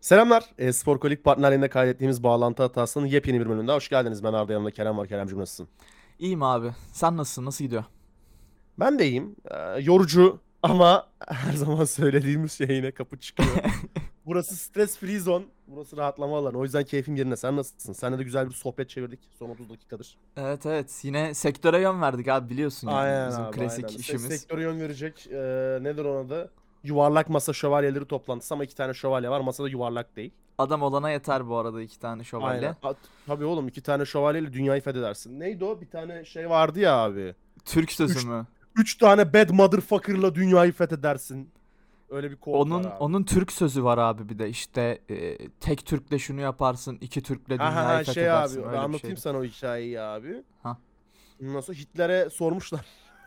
Selamlar. Sporkolik partnerliğinde kaydettiğimiz bağlantı hatasının yepyeni bir bölümünde hoş geldiniz. Ben Arda, yanımda Kerem var. Keremcim, nasılsın? İyiyim abi. Sen nasılsın? Nasıl gidiyor? Ben de iyiyim. Yorucu ama her zaman söylediğimiz şey yine kapı çıkıyor. Burası stress free zone. Burası rahatlama alanı. O yüzden keyfim yerine. Sen nasılsın? Seninle de güzel bir sohbet çevirdik. Son 30 dakikadır. Evet evet. Yine sektöre yön verdik abi biliyorsun yani. Aynen Bizim abi, aynen. klasik işimiz. Sektöre yön verecek. Nedir ona da? Yuvarlak masa şövalyeleri toplantısı ama iki tane şövalye var. Masada yuvarlak değil. Adam olana yeter bu arada iki tane Aynen. şövalye. Tabii oğlum, iki tane şövalyeyle dünyayı fethedersin. Neydi o? Bir tane şey vardı ya abi. Türk sözü Üç, mü? üç tane bad motherfucker'la dünyayı fethedersin. Öyle bir quote var Onun abi. onun Türk sözü var abi bir de işte tek Türk'le şunu yaparsın, iki Türk'le Ha ha dünyayı ha, şey fethedersin abi, ben öyle bir anlatayım şeydi. sana o hikayeyi abi. Ha. Ondan sonra Hitler'e sormuşlar.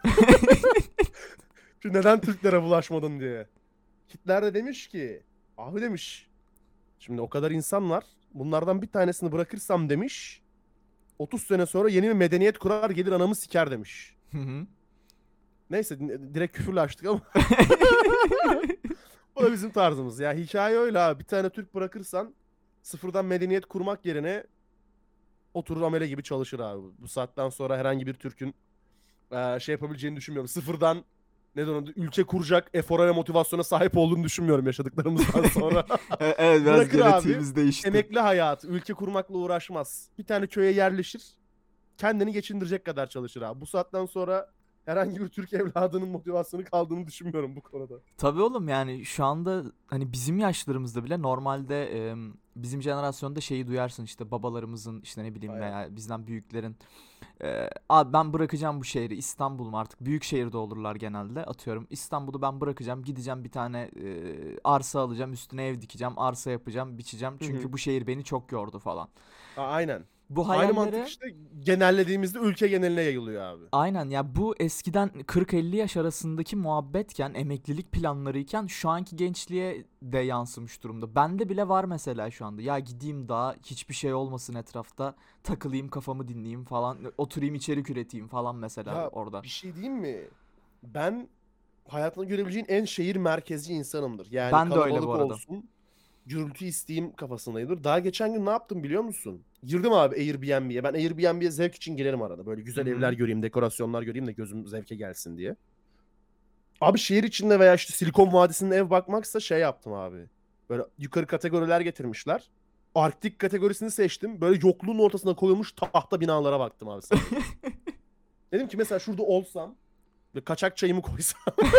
Şu neden Türklere bulaşmadın diye. Hitler de demiş ki, abi demiş, şimdi o kadar insan var. Bunlardan bir tanesini bırakırsam demiş, 30 sene sonra yeni bir medeniyet kurar gelir anamı siker demiş. Hı hı. Neyse, direkt küfürle açtık ama bu da bizim tarzımız. Ya hikaye öyle abi. Bir tane Türk bırakırsan sıfırdan medeniyet kurmak yerine oturur amele gibi çalışır abi. Bu saatten sonra herhangi bir Türk'ün şey yapabileceğini düşünmüyorum. Sıfırdan ne denir, ülke kuracak efora ve motivasyona sahip olduğunu düşünmüyorum yaşadıklarımızdan sonra. Evet biraz Bırakır abi. genetiğimiz değişti. Emekli hayatı. Ülke kurmakla uğraşmaz. Bir tane köye yerleşir. Kendini geçindirecek kadar çalışır abi. Bu saatten sonra herhangi bir Türk evladının motivasyonu kaldığını düşünmüyorum bu konuda. Tabii oğlum yani şu anda hani bizim yaşlarımızda bile normalde bizim jenerasyonda şeyi duyarsın işte babalarımızın işte ne bileyim Aynen. veya bizden büyüklerin abi ben bırakacağım bu şehri İstanbul mu artık büyük şehirde olurlar genelde atıyorum İstanbul'u ben bırakacağım gideceğim bir tane arsa alacağım üstüne ev dikeceğim arsa yapacağım biçeceğim Hı hı. çünkü bu şehir beni çok yordu falan. Aynen. Bu Aynı mantık hayallere işte genellediğimizde ülke geneline yayılıyor abi. aynen ya bu eskiden 40-50 yaş arasındaki muhabbetken emeklilik planlarıyken şu anki gençliğe de yansımış durumda. Bende bile var mesela şu anda. Ya gideyim daha hiçbir şey olmasın etrafta. Takılayım kafamı dinleyeyim falan. Oturayım içerik üreteyim falan mesela Ya orada. bir şey diyeyim mi? Ben hayatımda görebileceğin en şehir merkezci insanımdır. Yani Ben de öyle bu kalabalık arada. olsun, gürültü isteyeyim kafasındayımdır. Daha geçen gün ne yaptım biliyor musun? Girdim abi Airbnb'ye. Ben Airbnb'ye zevk için girerim arada. Böyle Hı güzel evler hı. göreyim, dekorasyonlar göreyim de gözüm zevke gelsin diye. Abi şehir içinde veya işte Silikon Vadisi'nde ev bakmaksa şey yaptım abi. Böyle yukarı kategoriler getirmişler. Arktik kategorisini seçtim. Böyle yokluğun ortasına koyulmuş tahta binalara baktım abi sadece. Dedim ki mesela şurada olsam ve kaçak çayımı koysam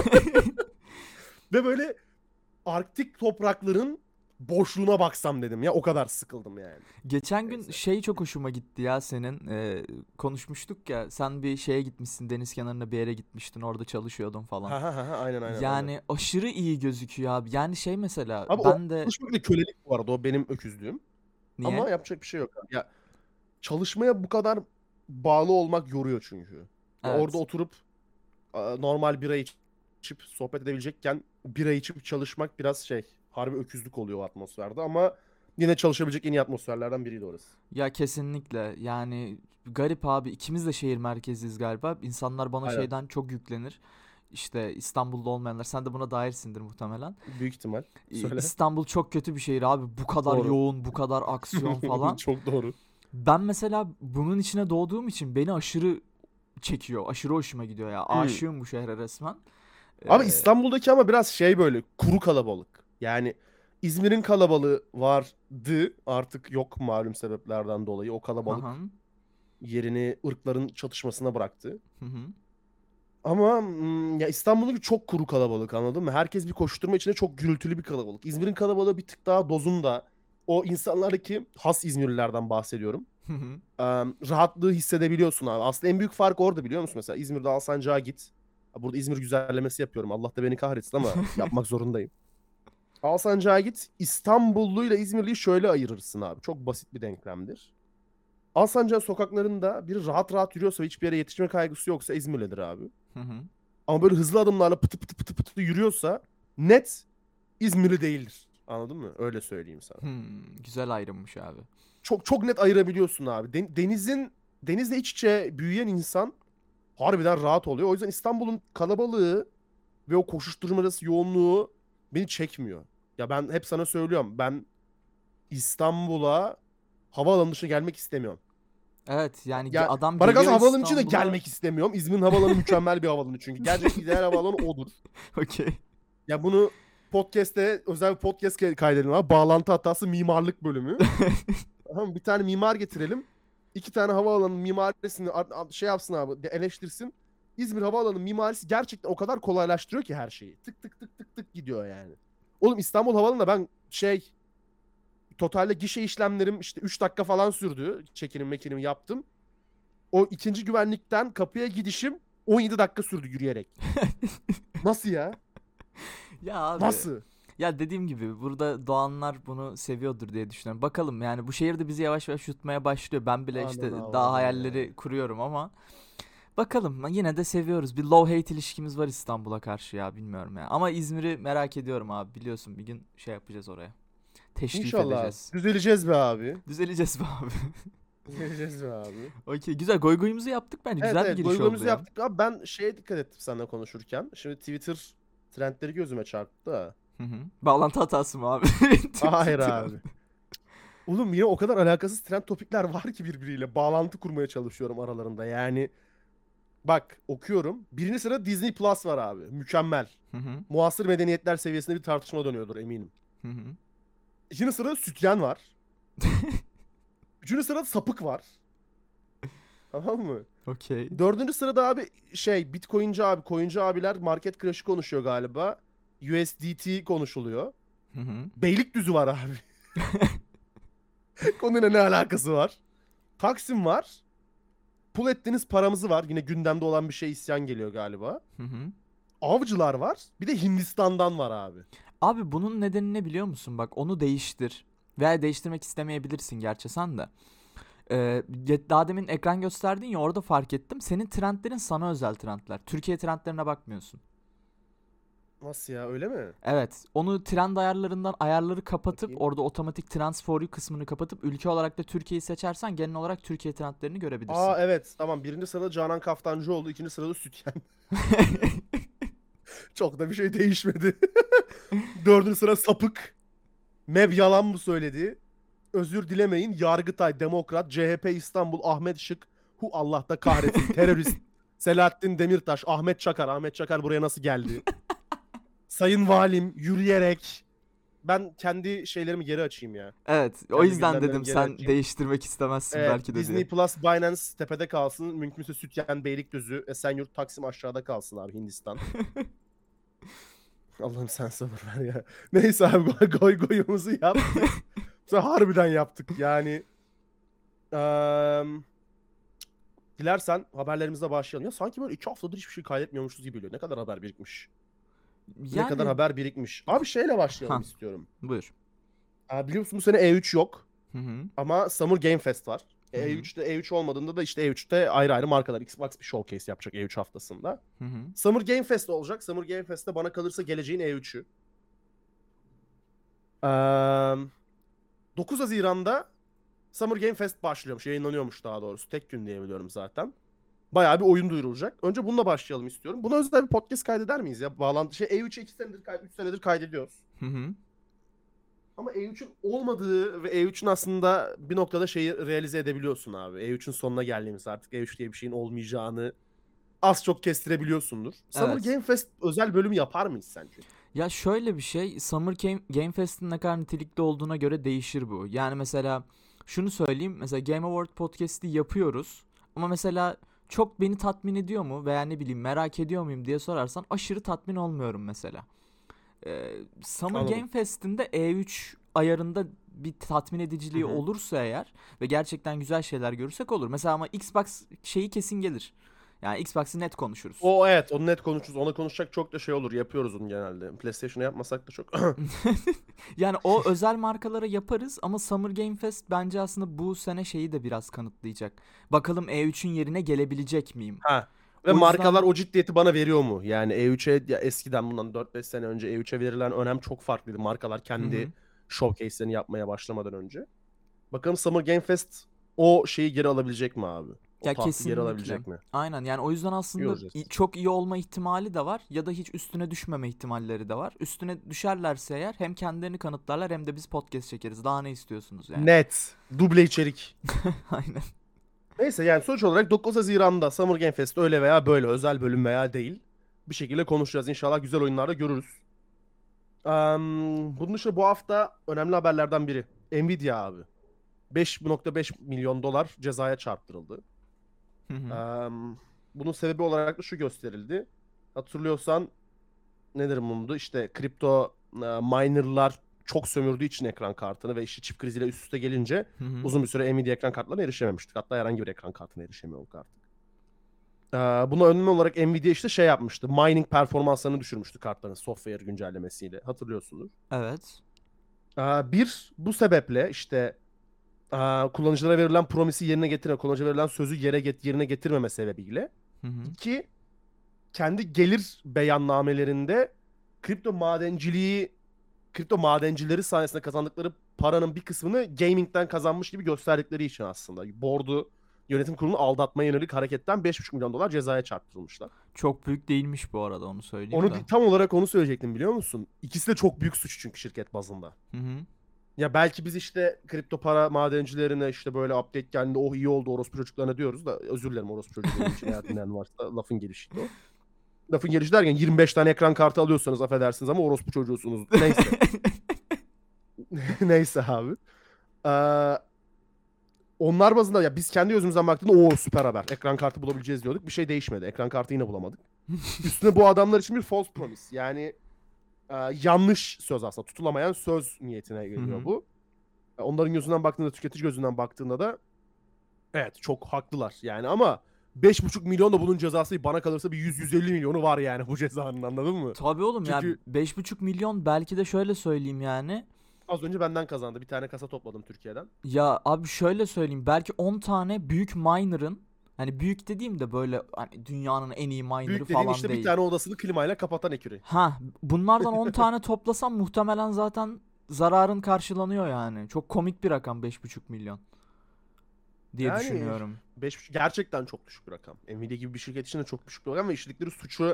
ve böyle Arktik toprakların boşluğuna baksam dedim ya, o kadar sıkıldım yani. Geçen gün Neyse. şey çok hoşuma gitti ya senin. Konuşmuştuk ya sen bir şeye gitmişsin deniz kenarına bir yere gitmiştin orada çalışıyordun falan. Ha ha ha ha, aynen aynen aynen. Yani aşırı iyi gözüküyor abi. Yani şey mesela Abi o ben de çalışmak da kölelik bu arada, o benim öküzlüğüm. niye? Ama yapacak bir şey yok. Ya çalışmaya bu kadar bağlı olmak yoruyor çünkü. Ya orada Evet. oturup normal bira içip sohbet edebilecekken bira içip çalışmak biraz şey, harbi öküzlük oluyor o atmosferde, ama yine çalışabilecek en iyi atmosferlerden biriydi orası. Ya kesinlikle yani garip abi ikimiz de şehir merkeziyiz galiba. İnsanlar bana Aynen. şeyden çok yüklenir. İşte İstanbul'da olmayanlar sen de buna dairsindir muhtemelen. Büyük ihtimal. Söyle. İstanbul çok kötü bir şehir abi. Bu kadar Doğru. yoğun, bu kadar aksiyon falan. Çok doğru. Ben mesela bunun içine doğduğum için beni aşırı çekiyor. Aşırı hoşuma gidiyor ya. Hmm. Aşığım bu şehre resmen. Abi Ee, İstanbul'daki ama biraz şey, böyle kuru kalabalık. Yani İzmir'in kalabalığı vardı, artık yok malum sebeplerden dolayı. O hı hı. kalabalık yerini ırkların çatışmasına bıraktı. Hı hı. Ama ya İstanbul'un çok kuru kalabalık, anladın mı? Herkes bir koşturma içinde, çok gürültülü bir kalabalık. İzmir'in kalabalığı bir tık daha dozunda. O insanlardaki has İzmirlilerden bahsediyorum. Hı hı. Rahatlığı hissedebiliyorsun abi. Aslında en büyük fark orada, biliyor musun? Mesela İzmir'de Alsancak'a git. Burada İzmir güzellemesi yapıyorum. Allah da beni kahretsin ama yapmak zorundayım. Alsancak'a git. İstanbulluyla İzmirliyi şöyle ayırırsın abi. Çok basit bir denklemdir. Alsancak sokaklarında biri rahat rahat yürüyorsa ve hiçbir yere yetişme kaygısı yoksa İzmirlidir abi. Hı hı. Ama böyle hızlı adımlarla pıtı pıtı pıtı pıtı yürüyorsa net İzmirli değildir. Anladın mı? Öyle söyleyeyim sana. Güzel ayrılmış abi. Çok çok net ayırabiliyorsun abi. Denizle iç içe büyüyen insan harbiden rahat oluyor. O yüzden İstanbul'un kalabalığı ve o koşuşturmacası yoğunluğu beni çekmiyor. Ya ben hep sana söylüyorum. Ben İstanbul'a havaalanı dışına gelmek istemiyorum. Evet yani Ya adam Baragaz geliyor havaalanı için de İstanbul'a. gelmek istemiyorum. İzmir'in havaalanı mükemmel bir havaalanı çünkü. Gerçekten ideal havaalanı odur. Okey. Ya bunu podcast'te özel bir podcast kaydedelim abi. Bağlantı hatası mimarlık bölümü. Tamam, bir tane mimar getirelim. 2 tane havaalanı mimarisini şey yapsın abi, eleştirsin. İzmir Havaalanı mimarisi gerçekten o kadar kolaylaştırıyor ki her şeyi. Tık tık tık tık tık gidiyor yani. Oğlum İstanbul Havaalanı'nda ben totalde gişe işlemlerim işte 3 dakika falan sürdü. Çekinim mekinim yaptım. O ikinci güvenlikten kapıya gidişim 17 dakika sürdü yürüyerek. Nasıl ya? Ya abi. Nasıl? Ya dediğim gibi burada doğanlar bunu seviyordur diye düşünüyorum. Bakalım yani bu şehir de bizi yavaş yavaş yutmaya başlıyor. Ben bile işte Ananı daha avradını ya. hayalleri kuruyorum ama bakalım yine de seviyoruz. Bir love hate ilişkimiz var İstanbul'a karşı ya bilmiyorum ya. Ama İzmir'i merak ediyorum abi biliyorsun bir gün şey yapacağız oraya. Teşrif İnşallah edeceğiz. düzeleceğiz be abi. Düzeleceğiz be abi. Düzeleceğiz be abi. Okey güzel goygoyumuzu yaptık bence Evet güzel bir evet, giriş oldu goygoyumuzu ya. yaptık abi, ben şeye dikkat ettim seninle konuşurken. Şimdi Twitter trendleri gözüme çarptı da. Hı hı. Bağlantı hatası mı abi? Hayır abi. Oğlum yine o kadar alakasız trend topikler var ki birbiriyle. Bağlantı kurmaya çalışıyorum aralarında. Yani bak okuyorum. Birinci sırada Disney Plus var abi. Mükemmel. Hı hı. Muasır medeniyetler seviyesinde bir tartışma dönüyordur eminim. Hı hı. İkinci sırada Sütyen var. Üçüncü sırada Sapık var. Tamam mı? Okey. Dördüncü sırada abi Bitcoin'ci abi, coin'ci abiler market crash'ı konuşuyor galiba. USDT konuşuluyor. Hı hı. Beylikdüzü var abi. Konuyla ne alakası var? Taksim var. Pul ettiğiniz paramızı var. Yine gündemde olan bir şey, isyan geliyor galiba. Hı hı. Avcılar var. Bir de Hindistan'dan var abi. Abi bunun nedeni ne biliyor musun? Bak onu değiştir. Veya değiştirmek istemeyebilirsin gerçi sen de. Daha demin ekran gösterdin ya orada fark ettim. Senin trendlerin sana özel trendler. Türkiye trendlerine bakmıyorsun. Nasıl ya, öyle mi? Evet. Onu trend ayarlarından ayarları kapatıp Bakayım. orada otomatik trends for you kısmını kapatıp ülke olarak da Türkiye'yi seçersen genel olarak Türkiye trendlerini görebilirsin. Aa evet, tamam, birinci sırada Canan Kaftancıoğlu, ikinci sırada Sütyen. Çok da bir şey değişmedi. Dördüncü sıra Sapık. Mev yalan mı söyledi? Özür dilemeyin. Yargıtay, Demokrat, CHP İstanbul, Ahmet Şık. Hu Allah da kahretsin. Terörist. Selahattin Demirtaş, Ahmet Çakar. Ahmet Çakar buraya nasıl geldi? Sayın Valim yürüyerek. Ben kendi şeylerimi geri açayım ya. Evet, o Kendi yüzden gündemlerimi dedim geri sen açayım. değiştirmek istemezsin Evet, belki de Disney diye. Plus, Binance tepede kalsın. Mümkünse Sütyen, Beylikdüzü, Esenyurt, Taksim aşağıda kalsın abi, Hindistan. Allah'ım sen sabır ver ya. Neyse abi, goyumuzu yaptık. Sonra harbiden yaptık. Yani eee, dilersen haberlerimize başlayalım. Ya sanki böyle 2 haftadır hiçbir şey kaydetmiyormuşuz gibi geliyor. Ne kadar haber birikmiş. Ne kadar Yani haber birikmiş. Abi şeyle başlayalım ha istiyorum. buyur. Biliyor musun bu sene E3 yok. Hı hı. Ama Summer Game Fest var. Hı hı. E3'te E3 olmadığında da işte E3'te ayrı ayrı markalar Xbox bir showcase yapacak E3 haftasında. Hı hı. Summer Game Fest olacak. Summer Game Fest'te bana kalırsa geleceğin E3'ü. 9 Haziran'da Summer Game Fest başlıyormuş. Yayınlanıyormuş daha doğrusu. Tek gün diye biliyorum zaten. Bayağı bir oyun duyurulacak. Önce bununla başlayalım istiyorum. Buna özel bir podcast kaydeder miyiz ya? Bağlantı E3'e 2 senedir 3 senedir kaydediyoruz. Hı hı. Ama E3'ün olmadığı ve E3'ün aslında bir noktada şeyi realize edebiliyorsun abi. E3'ün sonuna geldiğimiz, artık E3 diye bir şeyin olmayacağını az çok kestirebiliyorsundur. Summer Evet. Game Fest özel bölümü yapar mıyız sence? Ya şöyle bir şey, Summer Game Fest'in ne kadar nitelikli olduğuna göre değişir bu. Yani mesela şunu söyleyeyim, mesela Game Award podcast'i yapıyoruz ama mesela çok beni tatmin ediyor mu veya ne bileyim merak ediyor muyum diye sorarsan aşırı tatmin olmuyorum mesela. Summer Anladım. Game Fest'in de E3 ayarında bir tatmin Hı ediciliği hı. olursa eğer ve gerçekten güzel şeyler görürsek olur. Mesela ama Xbox şeyi kesin gelir. Yani Xbox'ı net konuşuruz. O evet, onu net konuşuruz. Ona konuşacak çok da şey olur. Yapıyoruz onu genelde. PlayStation'a yapmasak da çok. Yani o özel markalara yaparız ama Summer Game Fest bence aslında bu sene şeyi de biraz kanıtlayacak. Bakalım E3'ün yerine gelebilecek miyim? Ha. Ve O markalar yüzden o ciddiyeti bana veriyor mu? Yani E3'e ya eskiden, bundan 4-5 sene önce E3'e verilen önem çok farklıydı. Markalar hı hı. kendi showcase'lerini yapmaya başlamadan önce. Bakalım Summer Game Fest o şeyi geri alabilecek mi abi? O Ya tahtı geri kesinlikle. alabilecek mi? Aynen yani o yüzden aslında Göreceğiz. çok iyi olma ihtimali de var ya da hiç üstüne düşmeme ihtimalleri de var. Üstüne düşerlerse eğer hem kendilerini kanıtlarlar hem de biz podcast çekeriz. Daha ne istiyorsunuz yani? Net. Duble içerik. Aynen. Neyse yani sonuç olarak 9 Haziran'da Summer Game Fest öyle veya böyle özel bölüm veya değil. Bir şekilde konuşacağız. İnşallah güzel oyunlarda görürüz. Bunun dışında bu hafta önemli haberlerden biri. Nvidia abi. 5,5 milyon dolar cezaya çarptırıldı. Hı hı. Bunun sebebi olarak da şu gösterildi. Hatırlıyorsan nedir bundu? İşte kripto minerlar çok sömürdüğü için ekran kartını ve işte çip kriziyle üst üste gelince Hı hı. uzun bir süre Nvidia ekran kartlarına erişememiştik. Hatta herhangi bir ekran kartına erişemiyorduk artık. Buna önlem olarak Nvidia işte şey yapmıştı. Mining performanslarını düşürmüştü kartların software güncellemesiyle. Hatırlıyorsunuz. Evet. Bu sebeple işte kullanıcılara verilen promisi yerine getirme, kullanıcılara verilen sözü yerine getirmeme sebebiyle. Hı hı. İki, kendi gelir beyannamelerinde kripto madenciliği, kripto madencileri sayesinde kazandıkları paranın bir kısmını gaming'den kazanmış gibi gösterdikleri için aslında. Board'u, yönetim kurulunu aldatmaya yönelik hareketten 5,5 milyon dolar cezaya çarptırılmışlar. Çok büyük değilmiş bu arada onu söyleyeyim Onu de. tam olarak onu söyleyecektim biliyor musun? İkisi de çok büyük suç çünkü şirket bazında. Hı hı. Ya belki biz işte kripto para madencilerine işte böyle update geldiğinde oh iyi oldu orospu çocuklarına diyoruz da özür dilerim orospu çocuğu benim için eğer dinleyen varsa lafın gelişiydi o. Lafın gelişi derken 25 tane ekran kartı alıyorsanız affedersiniz ama orospu çocuğusunuz. Neyse. Neyse abi. Ee, Onlar bazında ya biz kendi gözümüzden baktığında o süper haber. Ekran kartı bulabileceğiz diyorduk. Bir şey değişmedi. Ekran kartı yine bulamadık. Üstüne bu adamlar için bir false promise. Yani yanlış söz aslında. Tutulamayan söz niyetine geliyor Hı. bu. Onların gözünden baktığında, tüketici gözünden baktığında da evet çok haklılar yani ama 5,5 milyon da bunun cezası bana kalırsa bir 100-150 milyonu var yani bu cezanın anladın mı? Tabii oğlum ya Çünkü 5,5 milyon belki de şöyle söyleyeyim yani. az önce benden kazandı. Bir tane kasa topladım Türkiye'den. Ya abi şöyle söyleyeyim belki 10 tane büyük miner'ın hani büyük dediğim de böyle hani dünyanın en iyi miner'ı Büyük dediğin falan işte bir değil. tane odasını klimayla kapatan ekürü. Ha bunlardan 10 tane toplasam muhtemelen zaten zararın karşılanıyor yani. Çok komik bir rakam 5,5 milyon diye Yani düşünüyorum. 5,5 gerçekten çok düşük bir rakam. Nvidia gibi bir şirket için de çok düşük bir rakam ve işledikleri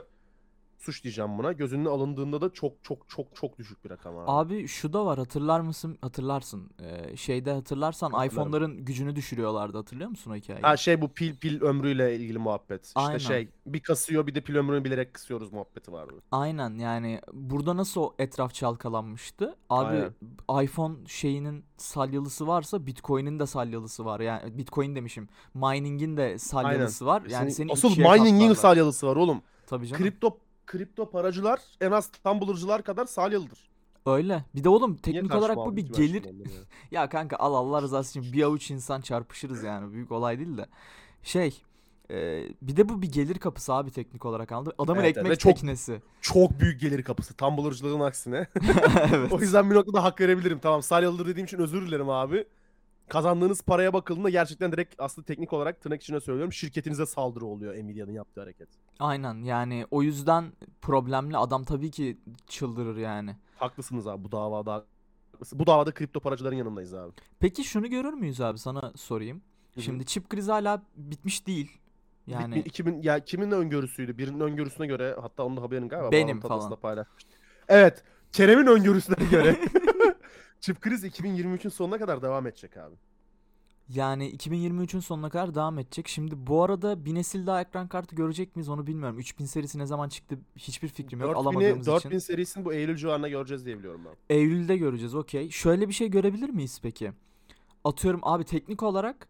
suç diyeceğim buna. Göz önüne alındığında da çok çok çok çok düşük bir rakam abi. Abi şu da var hatırlar mısın? Hatırlarsın. Şeyde hatırlarsan Hatırlarım. iPhone'ların gücünü düşürüyorlardı hatırlıyor musun o hikayeyi? Ha şey bu pil ömrüyle ilgili muhabbet. İşte Aynen. şey bir kasıyor bir de pil ömrünü bilerek kısıyoruz muhabbeti vardı. Aynen yani burada nasıl o etraf çalkalanmıştı? Abi Aynen. iPhone şeyinin salyalısı varsa Bitcoin'in de salyalısı var. Yani Bitcoin demişim. Mining'in de Aynen. salyalısı var. Yani Senin seni asıl ikiye mining'in katlarlar. salyalısı var oğlum. Tabii canım. Kripto paracılar en az tumbler'cılar kadar salyalıdır. Öyle. Bir de oğlum Niye teknik karşıma olarak bu aldın bir ki ben gelir. şimdi onları ya? Ya kanka al Allah rızası için bir avuç insan çarpışırız yani. Büyük olay değil de. Şey bir de bu bir gelir kapısı abi teknik olarak anladın mı? Adamın Evet, evet. Ve ekmek çok teknesi. çok büyük gelir kapısı. Tumbler'cılığın aksine. O Evet. yüzden bir noktada hak verebilirim. Tamam salyalıdır dediğim için özür dilerim abi. Kazandığınız paraya bakıldığında gerçekten direkt aslında teknik olarak tırnak içine söylüyorum. Şirketinize saldırı oluyor Nvidia'nın yaptığı hareket. Aynen yani o yüzden problemli adam tabii ki çıldırır yani. Haklısınız abi bu davada. Bu davada kripto paracıların yanındayız abi. Peki şunu görür müyüz abi sana sorayım. Hı hı. Şimdi çip krizi hala bitmiş değil. Yani 2000 ya kimin öngörüsüydü? Birinin öngörüsüne göre hatta onun da haberini galiba Bağlam benim Tatlısı'nda falan. paylaşmıştı. Evet, Kerem'in öngörüsüne göre çip kriz 2023'ün sonuna kadar devam edecek abi. Yani 2023'ün sonuna kadar devam edecek. Şimdi bu arada bir nesil daha ekran kartı görecek miyiz onu bilmiyorum. 3000 serisi ne zaman çıktı hiçbir fikrim yok 4000'i alamadığımız 4000 için. serisini bu Eylül civarında göreceğiz diye biliyorum ben. Eylül'de göreceğiz okey. Şöyle bir şey görebilir miyiz peki? Atıyorum abi teknik olarak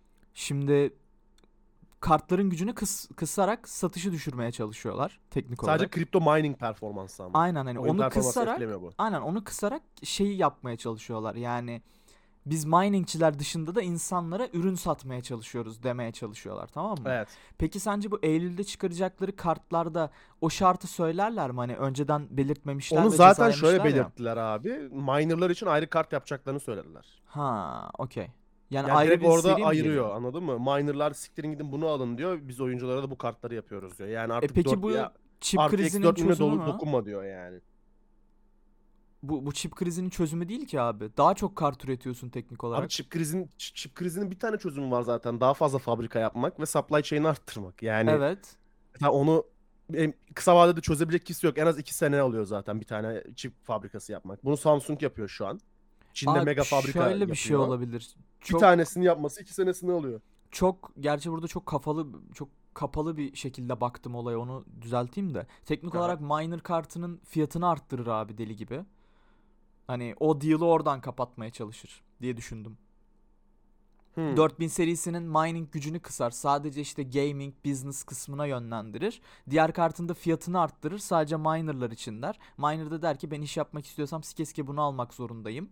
şimdi kartların gücünü kısarak satışı düşürmeye çalışıyorlar teknik Sadece olarak. kripto mining performansı ama. Aynen hani Oyun onu performansı kısarak etkilemiyor bu. aynen onu kısarak şeyi yapmaya çalışıyorlar. Yani biz miningçiler dışında da insanlara ürün satmaya çalışıyoruz demeye çalışıyorlar tamam mı? Evet. Peki sence bu Eylül'de çıkaracakları kartlarda o şartı söylerler mi? Hani önceden belirtmemişler Onu ve zaten şöyle ceza yemişler ya. belirttiler abi. Minerlar için ayrı kart yapacaklarını söylediler. Ha, okey. Yani Yani ayrı direkt bir orada seri mi ayırıyor geliyor? anladın mı? Minerlar siktirin gidin bunu alın diyor. Biz oyunculara da bu kartları yapıyoruz diyor. Yani E artık peki 4 bu ya çip artı eksi krizinin 4 bin'e çözümü mü? dokunma diyor yani. Bu çip krizinin çözümü değil ki abi. Daha çok kart üretiyorsun teknik Abi olarak. çip krizinin bir tane çözümü var zaten. Daha fazla fabrika yapmak ve supply chain'i arttırmak. Yani Evet. onu kısa vadede çözebilecek kimse yok. En az 2 sene alıyor zaten bir tane çip fabrikası yapmak. Bunu Samsung yapıyor şu an. Çin'de Abi mega fabrika şöyle bir şey yapıyor. olabilir. Bir Çok tanesini yapması 2 senesini alıyor. çok gerçi burada çok kapalı bir şekilde baktım olaya, onu düzelteyim de. Teknik Aha. olarak miner kartının fiyatını arttırır abi deli gibi. Hani o deal'ı oradan kapatmaya çalışır diye düşündüm. Hmm. 4000 serisinin mining gücünü kısar. Sadece işte gaming, business kısmına yönlendirir. Diğer kartın da fiyatını arttırır. Sadece minerlar için der. Miner de der ki ben iş yapmak istiyorsam sike bunu almak zorundayım.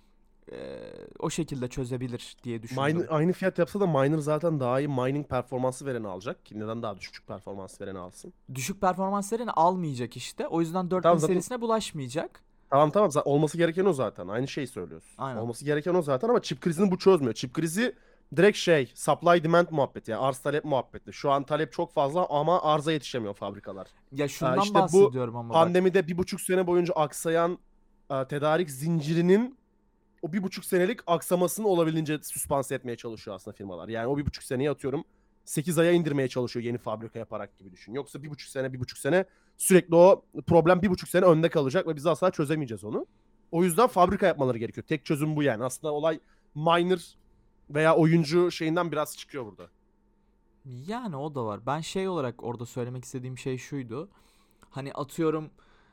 O şekilde çözebilir diye düşündüm. Aynı fiyat yapsa da miner zaten daha iyi mining performansı vereni alacak. Ki neden daha düşük performans vereni alsın? Düşük performanslarını almayacak işte. O yüzden 4000 Tamam zaten serisine bulaşmayacak. tamam, olması gereken o zaten. Aynı şeyi söylüyorsun. Aynen. Olması gereken o zaten ama çip krizini bu çözmüyor. Çip krizi direkt supply demand muhabbeti, yani arz talep muhabbeti. Şu an talep çok fazla ama arza yetişemiyor fabrikalar. Ya şundan İşte bu bahsediyorum ama bak. pandemide 1,5 sene boyunca aksayan tedarik zincirinin o 1,5 senelik aksamasını olabildiğince süspanse etmeye çalışıyor aslında firmalar. Yani o 1,5 seneyi atıyorum 8 aya indirmeye çalışıyor yeni fabrika yaparak gibi düşün. Yoksa 1,5 sene sürekli o problem 1,5 sene önde kalacak ve biz asla çözemeyeceğiz onu. O yüzden fabrika yapmaları gerekiyor. Tek çözüm bu yani. Aslında olay miner veya oyuncu şeyinden biraz çıkıyor burada. Yani o da var. Ben şey olarak orada söylemek istediğim şey şuydu. Hani atıyorum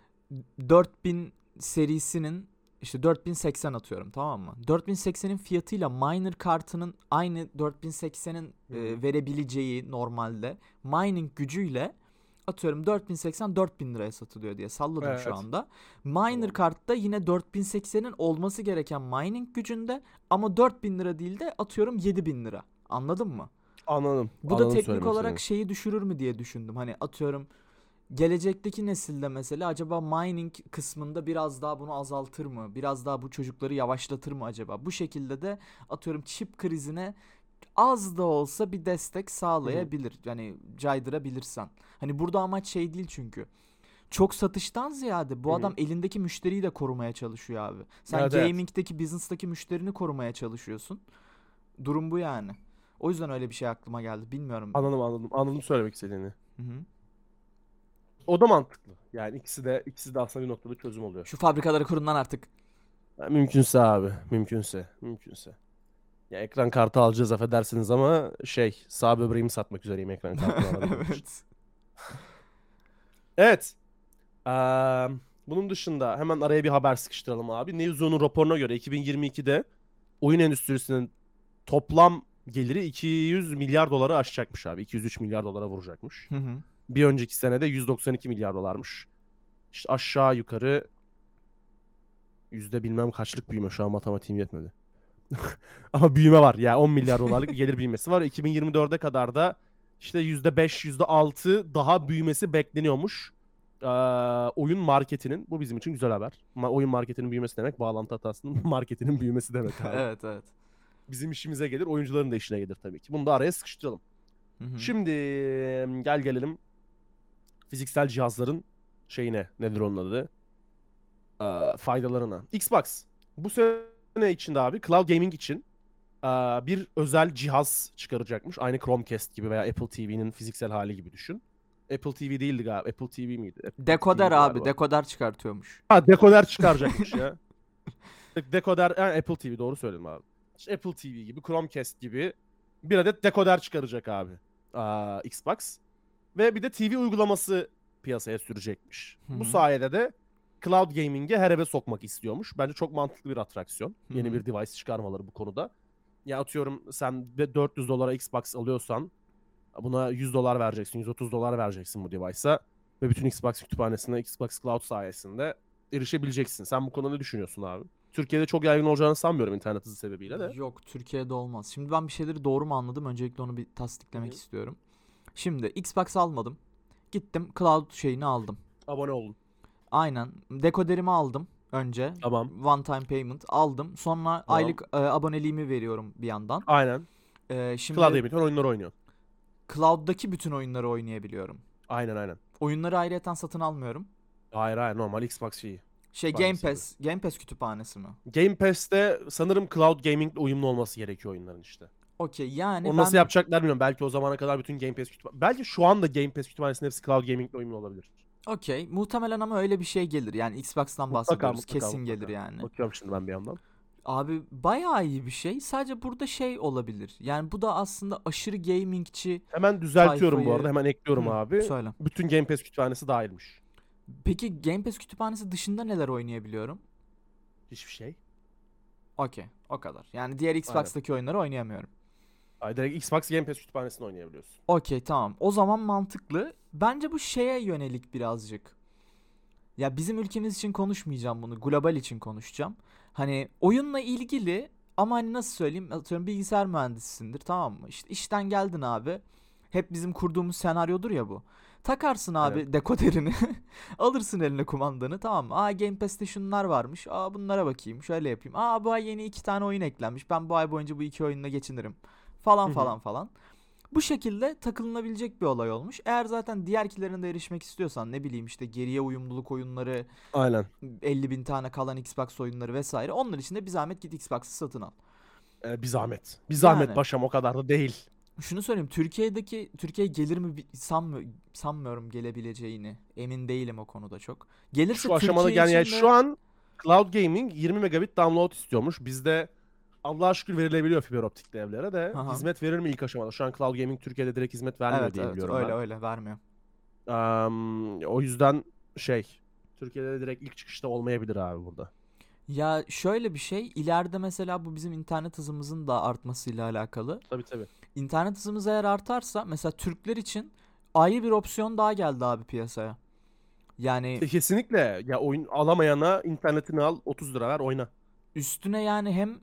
4000 serisinin işte 4080 atıyorum, tamam mı? 4080'in fiyatıyla miner kartının aynı 4080'in verebileceği normalde mining gücüyle atıyorum 4080 4000 liraya satılıyor diye salladım şu Evet. anda. Miner Tamam. kartta yine 4080'in olması gereken mining gücünde ama 4000 lira değil de atıyorum 7000 lira. Anladın mı? Anladım. Bu da Anladım teknik söylemek olarak istediğini. şeyi düşürür mü diye düşündüm. Hani atıyorum gelecekteki nesilde mesela acaba mining kısmında biraz daha bunu azaltır mı? Biraz daha bu çocukları yavaşlatır mı acaba? Bu şekilde de atıyorum çip krizine az da olsa bir destek Hı hı. sağlayabilir. Yani caydırabilirsen. Hani burada amaç şey değil çünkü. Çok satıştan ziyade Hı bu adam hı. elindeki müşteriyi de korumaya çalışıyor abi. Sen Evet, evet. gaming'deki, business'taki müşterini korumaya çalışıyorsun. Durum bu yani. O yüzden öyle bir şey aklıma geldi. Bilmiyorum. Anladım söylemek istediğini. Hı hı. O da mantıklı. Yani ikisi de aslında bir noktada çözüm oluyor. Şu fabrikaları kurun lan artık. Mümkünse abi. Mümkünse. Ya ekran kartı alacağız affedersiniz ama sağ böbreğimi satmak üzereyim ekran kartını alabilmek için. Evet. Evet. eee, Bunun dışında hemen araya bir haber sıkıştıralım abi. Newzoo'nun raporuna göre 2022'de oyun endüstrisinin toplam geliri 200 milyar doları aşacakmış abi. 203 milyar dolara vuracakmış. Hı hı. Bir önceki senede 192 milyar dolarmış. İşte aşağı yukarı yüzde bilmem kaçlık büyüme, şu an matematiğim yetmedi. Ama büyüme var. Yani 10 milyar dolarlık bir gelir büyümesi var. 2024'e kadar da işte %5, %6 daha büyümesi bekleniyormuş. Ee, Oyun marketinin. Bu bizim için güzel haber. Oyun marketinin büyümesi demek bağlantı hatasının marketinin büyümesi demek abi. Evet, evet. Bizim işimize gelir. Oyuncuların da işine gelir tabii ki. Bunu da araya sıkıştıralım. Hı hı. Şimdi gelelim fiziksel cihazların şeyine. Nedir onun adı? Faydalarına. Xbox. Bu sene içinde abi cloud gaming için bir özel cihaz çıkaracakmış. Aynı Chromecast gibi veya Apple TV'nin fiziksel hali gibi düşün. Apple TV değildi galiba. Apple TV miydi? Apple Dekoder TV'ydi abi. galiba. Dekoder çıkartıyormuş. Ha, dekoder çıkaracakmış ya. Dekoder, yani Apple TV, doğru söyledim abi. İşte Apple TV gibi, Chromecast gibi bir adet dekoder çıkaracak abi. Xbox. Ve bir de TV uygulaması piyasaya sürecekmiş. Hı Bu hı. sayede de cloud gaming'e her eve sokmak istiyormuş. Bence çok mantıklı bir atraksiyon. Hı Yeni hı. bir device çıkarmaları bu konuda. Ya atıyorum sen de 400 dolara Xbox alıyorsan buna 100 dolar vereceksin, 130 dolar vereceksin bu device'a. Ve bütün Xbox kütüphanesine Xbox Cloud sayesinde erişebileceksin. Sen bu konuda ne düşünüyorsun abi? Türkiye'de çok yaygın olacağını sanmıyorum internet hızı sebebiyle de. Yok, Türkiye'de olmaz. Şimdi ben bir şeyleri doğru mu anladım? Öncelikle onu bir Hı tasdiklemek hı. istiyorum. Şimdi Xbox almadım. Gittim cloud şeyini aldım. Abone olun. Aynen. Dekoderimi aldım önce. Tamam. One time payment aldım. Sonra Tamam. aylık aboneliğimi veriyorum bir yandan. Aynen. Cloud Şimdi gaming oyunlar oynuyor. cloud'daki bütün oyunları oynayabiliyorum. Aynen. Oyunları ayrıyeten satın almıyorum. Hayır, normal Xbox şeyi. Game kütüphanesiydi. Pass kütüphanesi mi? Game Pass'te sanırım cloud gaming ile uyumlu olması gerekiyor oyunların işte. Okey, yani Onu nasıl yapacaklar bilmiyorum. Belki o zamana kadar bütün Game Pass belki şu anda Game Pass kütüphanesinin hepsi cloud gaming ile uyumlu olabilir. okey, muhtemelen ama öyle bir şey gelir. Yani Xbox'tan Mutlaka bahsediyoruz. Kesin mutlaka. gelir yani. Bakıyorum şimdi ben bir yandan. Abi bayağı iyi bir şey. Sadece burada şey olabilir. Yani bu da aslında aşırı gamingçi Hemen düzeltiyorum bu tayfayı... arada. Hemen ekliyorum abi. Söyle. Bütün Game Pass kütüphanesi dahilmiş. Peki Game Pass kütüphanesi dışında neler oynayabiliyorum? Hiçbir şey. Okey, o kadar. Yani diğer Xbox'taki oyunları oynayamıyorum. Ay, direkt Xbox Game Pass kütüphanesini oynayabiliyorsun. Okey, tamam. O zaman mantıklı. Bence bu şeye yönelik birazcık. Ya bizim ülkemiz için konuşmayacağım bunu. Global için konuşacağım. Hani oyunla ilgili ama hani nasıl söyleyeyim? Atıyorum bilgisayar mühendisisindir, tamam mı? İşte işten geldin abi. Hep bizim kurduğumuz senaryodur ya bu. Takarsın abi Evet. dekoderini. Alırsın eline kumandanı, tamam mı? Aa, Game Pass'te şunlar varmış. Aa, bunlara bakayım. Şöyle yapayım. Aa, bu ay yeni 2 tane oyun eklenmiş. Ben bu ay boyunca bu 2 oyunla geçinirim. Falan Hı hı. falan falan. Bu şekilde takılınabilecek bir olay olmuş. Eğer zaten diğerkilerine de erişmek istiyorsan, ne bileyim işte geriye uyumluluk oyunları, Aynen. 50 bin tane kalan Xbox oyunları vesaire, onlar için de bir zahmet git Xbox'ı satın al. Bir zahmet. Bir zahmet Yani paşam, o kadar da değil. şunu söyleyeyim, Türkiye gelir mi sanmıyorum gelebileceğini. Emin değilim o konuda çok. Gelirse Şu aşamada Türkiye yani için şu de an Cloud Gaming 20 megabit download istiyormuş. Bizde Allah'a şükür verilebiliyor fiber optikli evlere de. Aha. Hizmet verir mi ilk aşamada? Şu an Cloud Gaming Türkiye'de direkt hizmet vermiyor Evet diye evet, biliyorum öyle ben. öyle vermiyor. O yüzden Türkiye'de de direkt ilk çıkışta olmayabilir abi burada. Ya şöyle bir şey, ileride mesela bu bizim internet hızımızın da artmasıyla alakalı. Tabii tabii. İnternet hızımız eğer artarsa mesela Türkler için ayrı bir opsiyon daha geldi abi piyasaya. Yani Kesinlikle. Ya oyun alamayana internetini al, 30 lira ver oyna. üstüne yani hem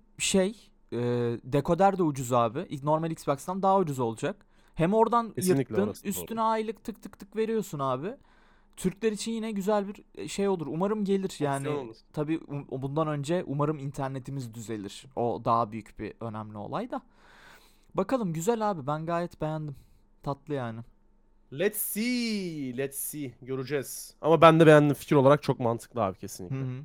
dekoder de ucuz abi. Normal Xbox'tan daha ucuz olacak. Hem oradan Kesinlikle yırttın, orası doğru. üstüne aylık tık tık tık veriyorsun abi. Türkler için yine güzel bir şey olur. Umarım gelir Opsiyon yani. olur. Tabii bundan önce umarım internetimiz düzelir. O daha büyük bir önemli olay da. Bakalım, güzel abi, ben gayet beğendim. Tatlı yani. Let's see. Let's see. Göreceğiz. Ama ben de beğendim, fikir olarak çok mantıklı abi, Hı kesinlikle. hı.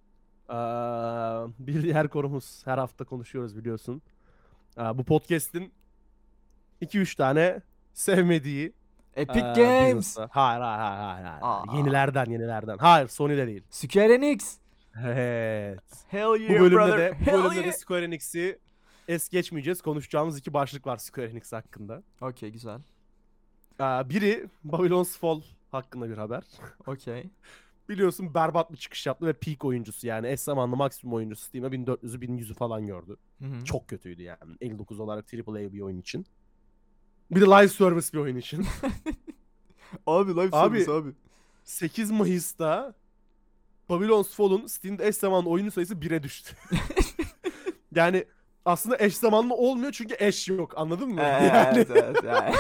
Bir diğer konumuz, her hafta konuşuyoruz biliyorsun. Bu podcast'in 2-3 tane sevmediği Epic Games. business'ta. Hayır. Aa, Yenilerden. Hayır, Sony'de değil. Square Enix. Evet. Hell Bu yeah bölümde brother. de Hell yeah. Square Enix'i es geçmeyeceğiz. Konuşacağımız 2 başlık var Square Enix hakkında. Okey, güzel. Biri Babylon's Fall hakkında bir haber. Okey. Biliyorsun berbat bir çıkış yaptı ve peak oyuncusu, yani eş zamanlı maksimum oyuncusu Steam'e 1400'ü 1100'ü falan gördü. Hı hı. Çok kötüydü yani. 59 olarak AAA bir oyun için. Bir de live service bir oyun için. Abi live Abi, service abi. 8 Mayıs'ta Babylon's Fall'un Steam'de eş zamanlı oyuncu sayısı 1'e düştü. Yani aslında eş zamanlı olmuyor çünkü eş yok, anladın mı? Yani Evet evet yani.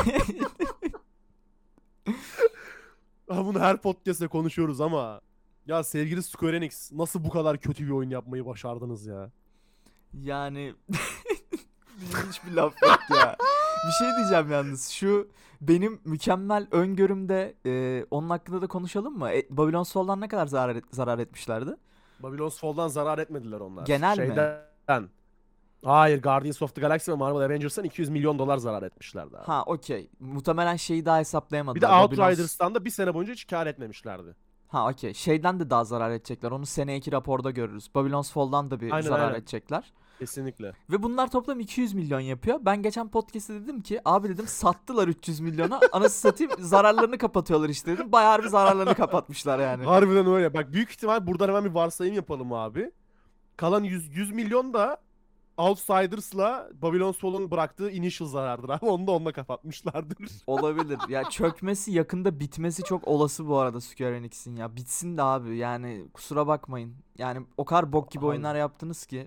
bunu her podcast'te konuşuyoruz ama ya sevgili Square Enix, nasıl bu kadar kötü bir oyun yapmayı başardınız ya? Yani hiçbir laf yok ya. Bir şey diyeceğim yalnız. Şu benim mükemmel öngörümde onun hakkında da konuşalım mı? Babylon's Fall'dan ne kadar zarar etmişlerdi? Babylon's Fall'dan zarar etmediler onlar. Genel mi? Şeyden. Hayır, Guardians of the Galaxy ve Marvel Avengers'tan 200 milyon dolar zarar etmişlerdi abi. Ha, okey. Muhtemelen şeyi daha Bir hesaplayamadılar. de Outriders'tan da bir sene boyunca hiç kar etmemişlerdi. Ha, okey. Şeyden de daha zarar edecekler. Onu seneki raporda görürüz. Babylon's Fall'dan da bir Aynen, zarar aynen. edecekler. Kesinlikle. Ve bunlar toplam 200 milyon yapıyor. Ben geçen podcast'te dedim ki abi, dedim, sattılar 300 milyona. Anası satayım, zararlarını kapatıyorlar işte dedim. Bayağı bir zararlarını kapatmışlar yani. Harbiden öyle. Bak, büyük ihtimal buradan hemen bir varsayım yapalım abi. Kalan 100 milyon da Outsiders'la Babylon's Fall'un bıraktığı initial zarardır abi. Onu da onunla kapatmışlardır. Olabilir. Ya çökmesi, yakında bitmesi çok olası bu arada Square Enix'in ya. Bitsin de abi, yani kusura bakmayın. Yani o kadar bok gibi Abi. oyunlar yaptınız ki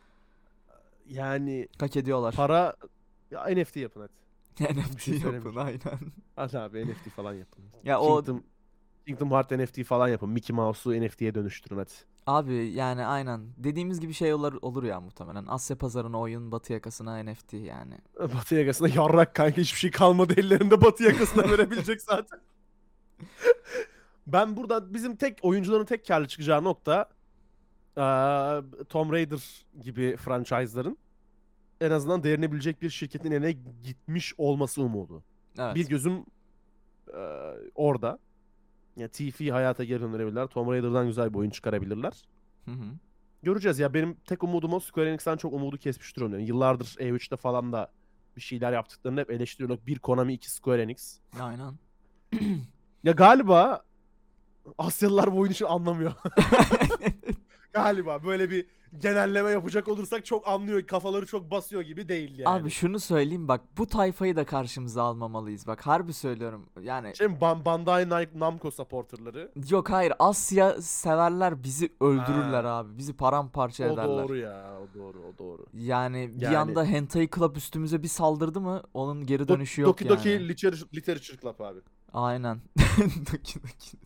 Yani hak ediyorlar. para... Ya NFT yapın hadi. Bir NFT şey yapın söylemeyeceğim. aynen. Hadi abi, NFT falan yapın. Ya o Kingdom Hearts NFT falan yapın. Mickey Mouse'u NFT'ye dönüştürün hadi. abi, yani aynen. Dediğimiz gibi şey olur ya muhtemelen. Asya pazarına oyun, Batı yakasına NFT yani. Batı yakasına yarrak kanka, hiçbir şey kalmadı ellerinde Batı yakasına verebilecek zaten. Ben burada bizim tek oyuncuların tek karlı çıkacağı nokta Tomb Raider gibi franchise'ların en azından değerlenebilecek bir şirketin eline gitmiş olması umudu. Bir Evet. gözüm orada. Ya Tifi hayata geri döndürebilirler. Tomb Raider'dan güzel bir oyun çıkarabilirler. Hı hı. Göreceğiz ya, benim tek umudum o. Square Enix'ten çok umudu kesmiş durumda. Yani yıllardır E3'te falan da bir şeyler yaptıklarını hep eleştiriyorlar. Bir Konami, iki Square Enix. Aynen. Ya galiba Asyalılar bu oyun için anlamıyor. Galiba böyle bir genelleme yapacak olursak çok anlıyor. Kafaları çok basıyor gibi değil Abi yani. şunu söyleyeyim bak, bu tayfayı da karşımıza almamalıyız. Bak harbi söylüyorum. Yani Şimdi Bandai Namco supporterları. yok, hayır, Asya severler bizi öldürürler Ha, abi. Bizi paramparça o ederler. doğru ya. O doğru, o doğru. Yani bir Yani anda Hentai Club üstümüze bir saldırdı mı onun geri dönüşü yok Doki Doki yani. Literature Club abi. Aynen. Doki doki.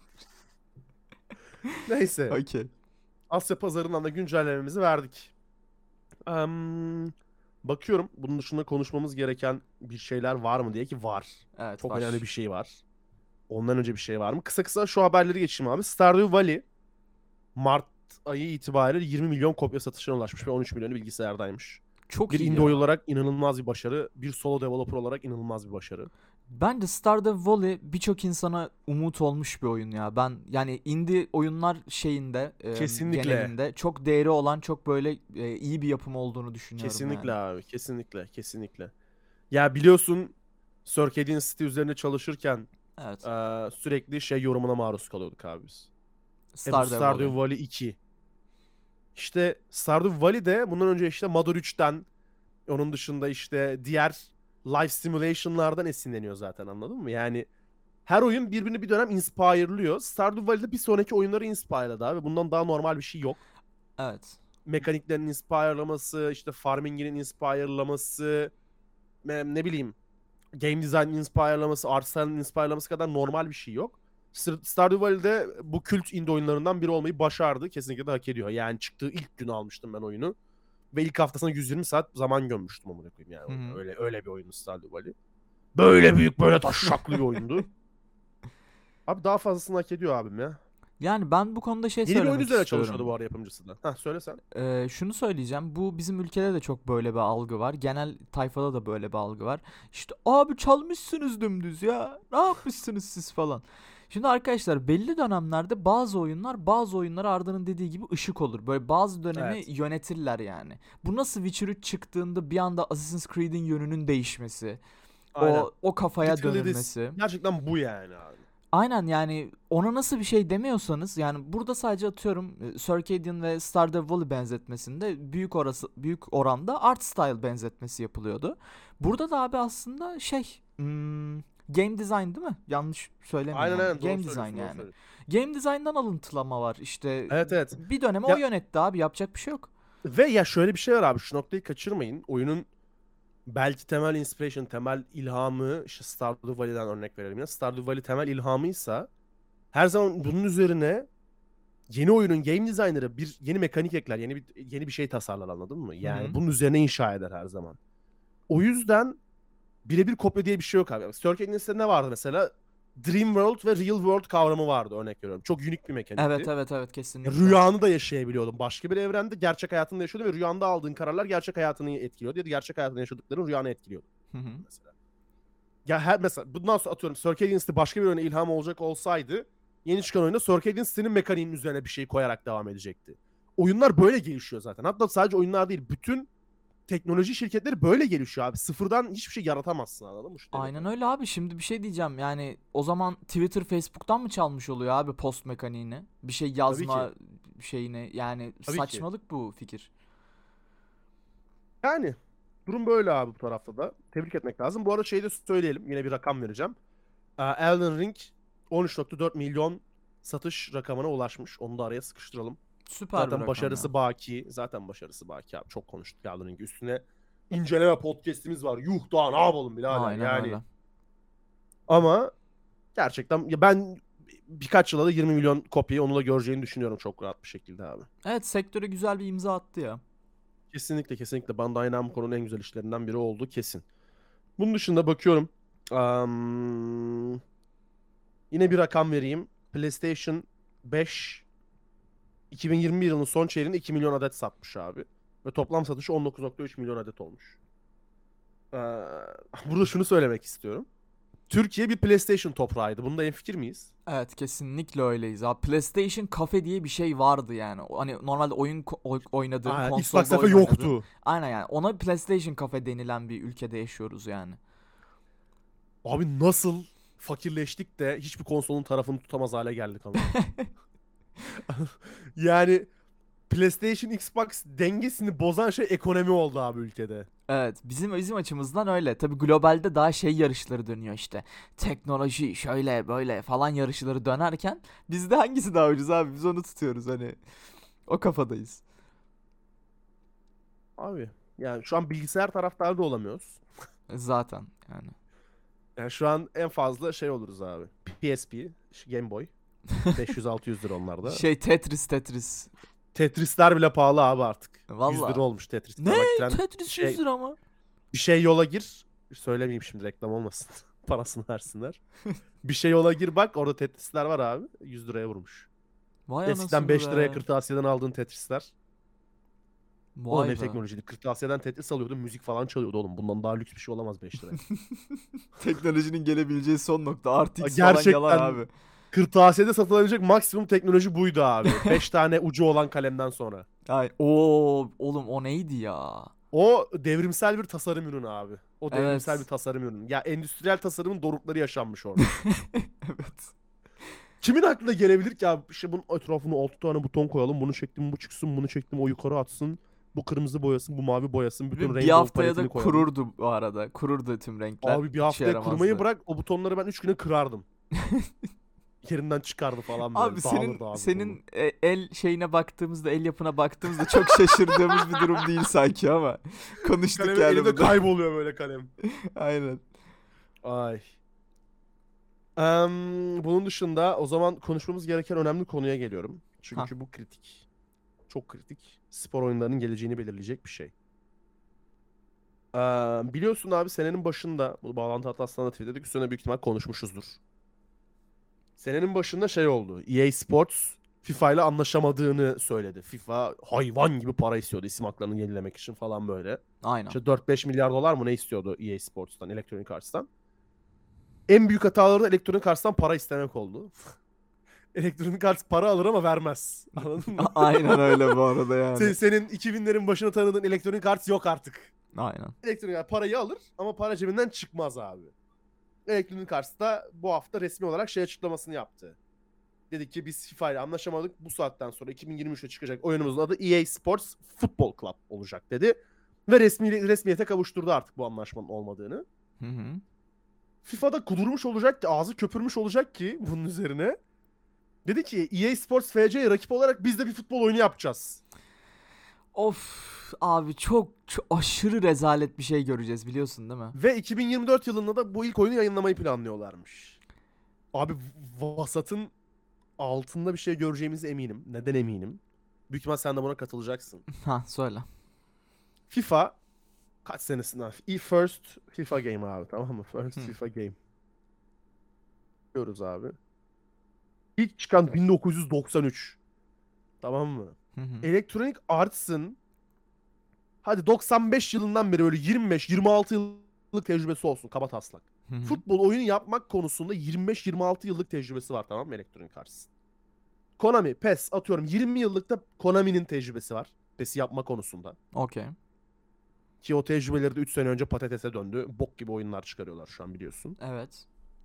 Neyse. Okey. Asya pazarından da güncellememizi verdik. Em, bakıyorum bunun dışında konuşmamız gereken bir şeyler var mı diye, ki var. Evet, Çok önemli var. bir şey var. Ondan önce bir şey var mı? Kısa kısa şu haberleri geçeyim abi. Stardew Valley Mart ayı itibariyle 20 milyon kopya satışına ulaşmış ve 13 milyonu bilgisayardaymış. Çok Bir iyi indie oyun ya. olarak inanılmaz bir başarı. Bir solo developer olarak inanılmaz bir başarı. Bence Stardew Valley birçok insana umut olmuş bir oyun ya. Ben yani indie oyunlar şeyinde Kesinlikle. genelinde çok değeri olan, çok böyle iyi bir yapım olduğunu düşünüyorum Kesinlikle yani. abi. Kesinlikle. Kesinlikle. Ya biliyorsun, Circadian City üzerine çalışırken Evet. sürekli şey yorumuna maruz kalıyorduk abi biz. Bu Stardew Valley. Stardew Valley 2. İşte Stardew Valley de bundan önce işte Mother 3'ten, onun dışında işte diğer life simulation'lardan esinleniyor zaten, anladın mı? Yani her oyun birbirini bir dönem inspire'lıyor. Stardew Valley'de bir sonraki oyunları inspire'ladı abi. Bundan daha normal bir şey yok. Evet. Mekaniklerin inspire'laması, işte farming'in inspire'laması, ne bileyim, game design'in inspire'laması, art style'ın inspire'laması kadar normal bir şey yok. Stardew Valley'de bu kült indie oyunlarından biri olmayı başardı. Kesinlikle de hak ediyor. Yani çıktığı ilk gün almıştım ben oyunu. Ve ilk haftasına 120 saat zaman gömmüştüm amına koyayım yani Hı oyuna. hı. Öyle bir oyundu Stardew Valley. Böyle büyük, böyle taşşaklı bir oyundu. Abi daha fazlasını hak ediyor abim ya. Yani ben bu konuda şey Yeni bir oyun söylemek üzerine çalışıyordu istiyorum. bu ara yapımcısı da. Hah, söyle sen. Şunu söyleyeceğim. Bu bizim ülkede de çok böyle bir algı var. Genel tayfada da böyle bir algı var. İşte abi çalmışsınız dümdüz ya. Ne yapmışsınız siz falan. Şimdi arkadaşlar, belli dönemlerde bazı oyunlar bazı oyunlara Arda'nın dediği gibi ışık olur. Böyle bazı dönemi Evet. yönetirler yani. Bu nasıl Witcher 3 çıktığında bir anda Assassin's Creed'in yönünün değişmesi. Aynen. O kafaya Literally this. dönülmesi. Gerçekten bu yani abi. Aynen, yani ona nasıl bir şey demiyorsanız, yani burada sadece atıyorum Circadian ve Stardew Valley benzetmesinde büyük oranda art style benzetmesi yapılıyordu. Burada da abi aslında game design değil mi? Yanlış Aynen söylemiyorum. aynen, doğru Game design söylüyorsun, doğru yani. söylüyorsun. Game design'dan alıntılama var. İşte Evet evet. bir dönemi o Ya yönetti abi, yapacak bir şey yok. ve ya şöyle bir şey var abi, şu noktayı kaçırmayın. Oyunun belki temel inspiration, temel ilhamı, işte Stardew Valley'den örnek verelim ya. Stardew Valley temel ilhamıysa her zaman bunun üzerine yeni oyunun game designer'ı bir yeni mekanik ekler, yeni bir şey tasarlar, anladın mı? Hı hı. Yani bunun üzerine inşa eder her zaman. O yüzden birebir kopya diye bir şey yok abi. Circuit'in ne vardı mesela? Dream World ve Real World kavramı vardı, örnek veriyorum. Çok unik bir Evet, mekanikti. evet, evet, Ya kesinlikle. rüyanı da yaşayabiliyordun. Başka bir evrende gerçek hayatında yaşıyordun ve rüyanda aldığın kararlar gerçek hayatını etkiliyordu ya da gerçek hayatında yaşadıkların rüyanı etkiliyordu Hı hı. mesela. Ya her mesela bundan sonra atıyorum Circadian City başka bir oyuna ilham olacak olsaydı yeni çıkan oyunda Circadian City'nin mekaniğinin üzerine bir şey koyarak devam edecekti. Oyunlar böyle gelişiyor zaten. Hatta sadece oyunlar değil, bütün teknoloji şirketleri böyle gelişiyor abi. Sıfırdan hiçbir şey yaratamazsın, anladın mı şu Aynen devirde? öyle abi. Şimdi bir şey diyeceğim. Yani o zaman Twitter Facebook'tan mı çalmış oluyor abi post mekaniğini? Bir şey Tabii ki. yazma şeyini. Yani Tabii ki. saçmalık bu fikir. Yani durum böyle abi bu tarafta da. Tebrik etmek lazım. Bu arada şeyi de söyleyelim. Yine bir rakam vereceğim. Elden Ring 13.4 milyon satış rakamına ulaşmış. Onu da araya sıkıştıralım. Süper bir Zaten rakam ya. başarısı baki. Zaten başarısı baki abi. Çok konuştuk Elden Ring'i. Üstüne inceleme podcast'imiz var. Yuh, daha ne yapalım birader Aynen yani. öyle. Ama gerçekten ya ben birkaç yılda da 20 milyon kopyayı onu da göreceğini düşünüyorum çok rahat bir şekilde abi. Evet, sektöre güzel bir imza attı ya. Kesinlikle kesinlikle Bandai Namco'nun en güzel işlerinden biri oldu kesin. Bunun dışında bakıyorum. Yine bir rakam vereyim. PlayStation 5 2021 yılının son çeyreğinde 2 milyon adet satmış abi. Ve toplam satışı 19,3 milyon adet olmuş. Ee, Burada şunu söylemek istiyorum. Türkiye bir PlayStation toprağıydı. Bunda hemfikir miyiz? Evet, kesinlikle öyleyiz abi. PlayStation Cafe diye bir şey vardı yani. Hani normalde oyun oynadığın, konsolda Xbox Cafe oyun oynadığın. yoktu. Aynen yani. Ona PlayStation Cafe denilen bir ülkede yaşıyoruz yani. Abi nasıl fakirleştik de hiçbir konsolun tarafını tutamaz hale geldik ama. Yani PlayStation Xbox dengesini bozan şey ekonomi oldu abi ülkede. Evet, bizim açımızdan öyle. Tabii globalde daha şey yarışları dönüyor işte. Teknoloji şöyle böyle falan yarışları dönerken bizde hangisi daha ucuz abi? Biz onu tutuyoruz hani. O kafadayız. Abi yani şu an bilgisayar taraftarı da olamıyoruz. Zaten yani. Yani şu an en fazla şey oluruz abi. PSP, Game Boy. 500-600 lira onlarda. Tetris. Tetris'ler bile pahalı abi artık. 100 lira Valla. olmuş Tetris. Ne? Bak, tren Tetris 100 şey, lira mı? bir şey yola gir. Söylemeyeyim şimdi reklam olmasın. Parasını versinler. Bir şey yola gir bak orada Tetris'ler var abi. 100 liraya vurmuş. Vay Eskiden anasını 5 liraya be. kırtasiyeden aldığın Tetris'ler. O da Vay ne be. teknolojiydi. Kırtasiyeden Tetris alıyordun müzik falan çalıyordu oğlum. Bundan daha lüks bir şey olamaz 5 liraya. Teknolojinin gelebileceği son nokta. RTX falan yalan Gerçekten abi. kırtasiyede satılabilecek maksimum teknoloji buydu abi. 5 tane ucu olan kalemden sonra. Ay, oğlum o neydi ya? O devrimsel bir tasarım ürünü abi. O devrimsel bir Evet. tasarım ürünü. Ya endüstriyel tasarımın dorukları yaşanmış orada. Evet. Kimin aklına gelebilir ki abi? İşte bunun etrafına 6 tane buton koyalım. Bunu çektim bu çıksın. Bunu çektim o yukarı atsın. Bu kırmızı boyasın. Bu mavi boyasın. Bütün Ve bir rainbow haftaya da paletini koyalım. kururdu bu arada. Kururdu tüm renkler. Abi bir Hiç işe haftaya kurmayı yaramazdı. bırak. O butonları ben 3 güne kırardım. Yerinden çıkardı falan böyle. Abi Dağılır dağılır. senin el şeyine baktığımızda, el yapına baktığımızda çok şaşırdığımız bir durum değil sanki ama konuştuk Kalem yani elimde bunu. kayboluyor böyle kalem. Aynen. Ay. Bunun dışında o zaman konuşmamız gereken önemli konuya geliyorum. Ha. Çünkü bu kritik. Çok kritik. Spor oyunlarının geleceğini belirleyecek bir şey. Biliyorsun abi senenin başında bu bağlantı hatasından da tweetledik. Üstüne büyük ihtimal konuşmuşuzdur. Senenin başında şey oldu. EA Sports FIFA ile anlaşamadığını söyledi. FIFA hayvan gibi para istiyordu isim haklarını yenilemek için falan böyle. Aynen. İşte 4-5 milyar dolar mı ne istiyordu EA Sports'tan, Electronic Arts'tan. En büyük hataları da Electronic Arts'tan para istemek oldu. Electronic Arts para alır ama vermez. Anladın mı? Aynen öyle bu arada yani. Senin 2000'lerin başına tanıdığın Electronic Arts yok artık. Aynen. Electronic Arts parayı alır ama para cebinden çıkmaz abi. Electronic Arts da bu hafta resmi olarak şey açıklamasını yaptı. Dedi ki biz FIFA ile anlaşamadık. Bu saatten sonra 2023'te çıkacak oyunumuzun adı EA Sports Football Club olacak dedi. Ve resmiyete kavuşturdu artık bu anlaşmanın olmadığını. Hı hı. FIFA'da kudurmuş olacak ki, ağzı köpürmüş olacak ki bunun üzerine. Dedi ki EA Sports FC'ye rakip olarak biz de bir futbol oyunu yapacağız. Of abi çok aşırı rezalet bir şey göreceğiz biliyorsun değil mi? Ve 2024 yılında da bu ilk oyunu yayınlamayı planlıyorlarmış. Abi vasatın altında bir şey göreceğimize eminim. Neden eminim? Büyük ihtimal sen de buna katılacaksın. Ha, söyle. FIFA kaç senesinden? First FIFA game abi, tamam mı? First Hı. FIFA game. Diyoruz abi. İlk çıkan 1993. Tamam mı? Hı hı. Electronic Arts'ın hadi 95 yılından beri böyle 25-26 yıllık tecrübesi olsun kabataslak. Hı hı. Futbol oyunu yapmak konusunda 25-26 yıllık tecrübesi var, tamam mı Electronic Arts'ın? Konami, PES atıyorum 20 yıllık da Konami'nin tecrübesi var. PES'i yapma konusunda. Okey. Ki o tecrübeleri de 3 sene önce patatese döndü. Bok gibi oyunlar çıkarıyorlar şu an biliyorsun. Evet.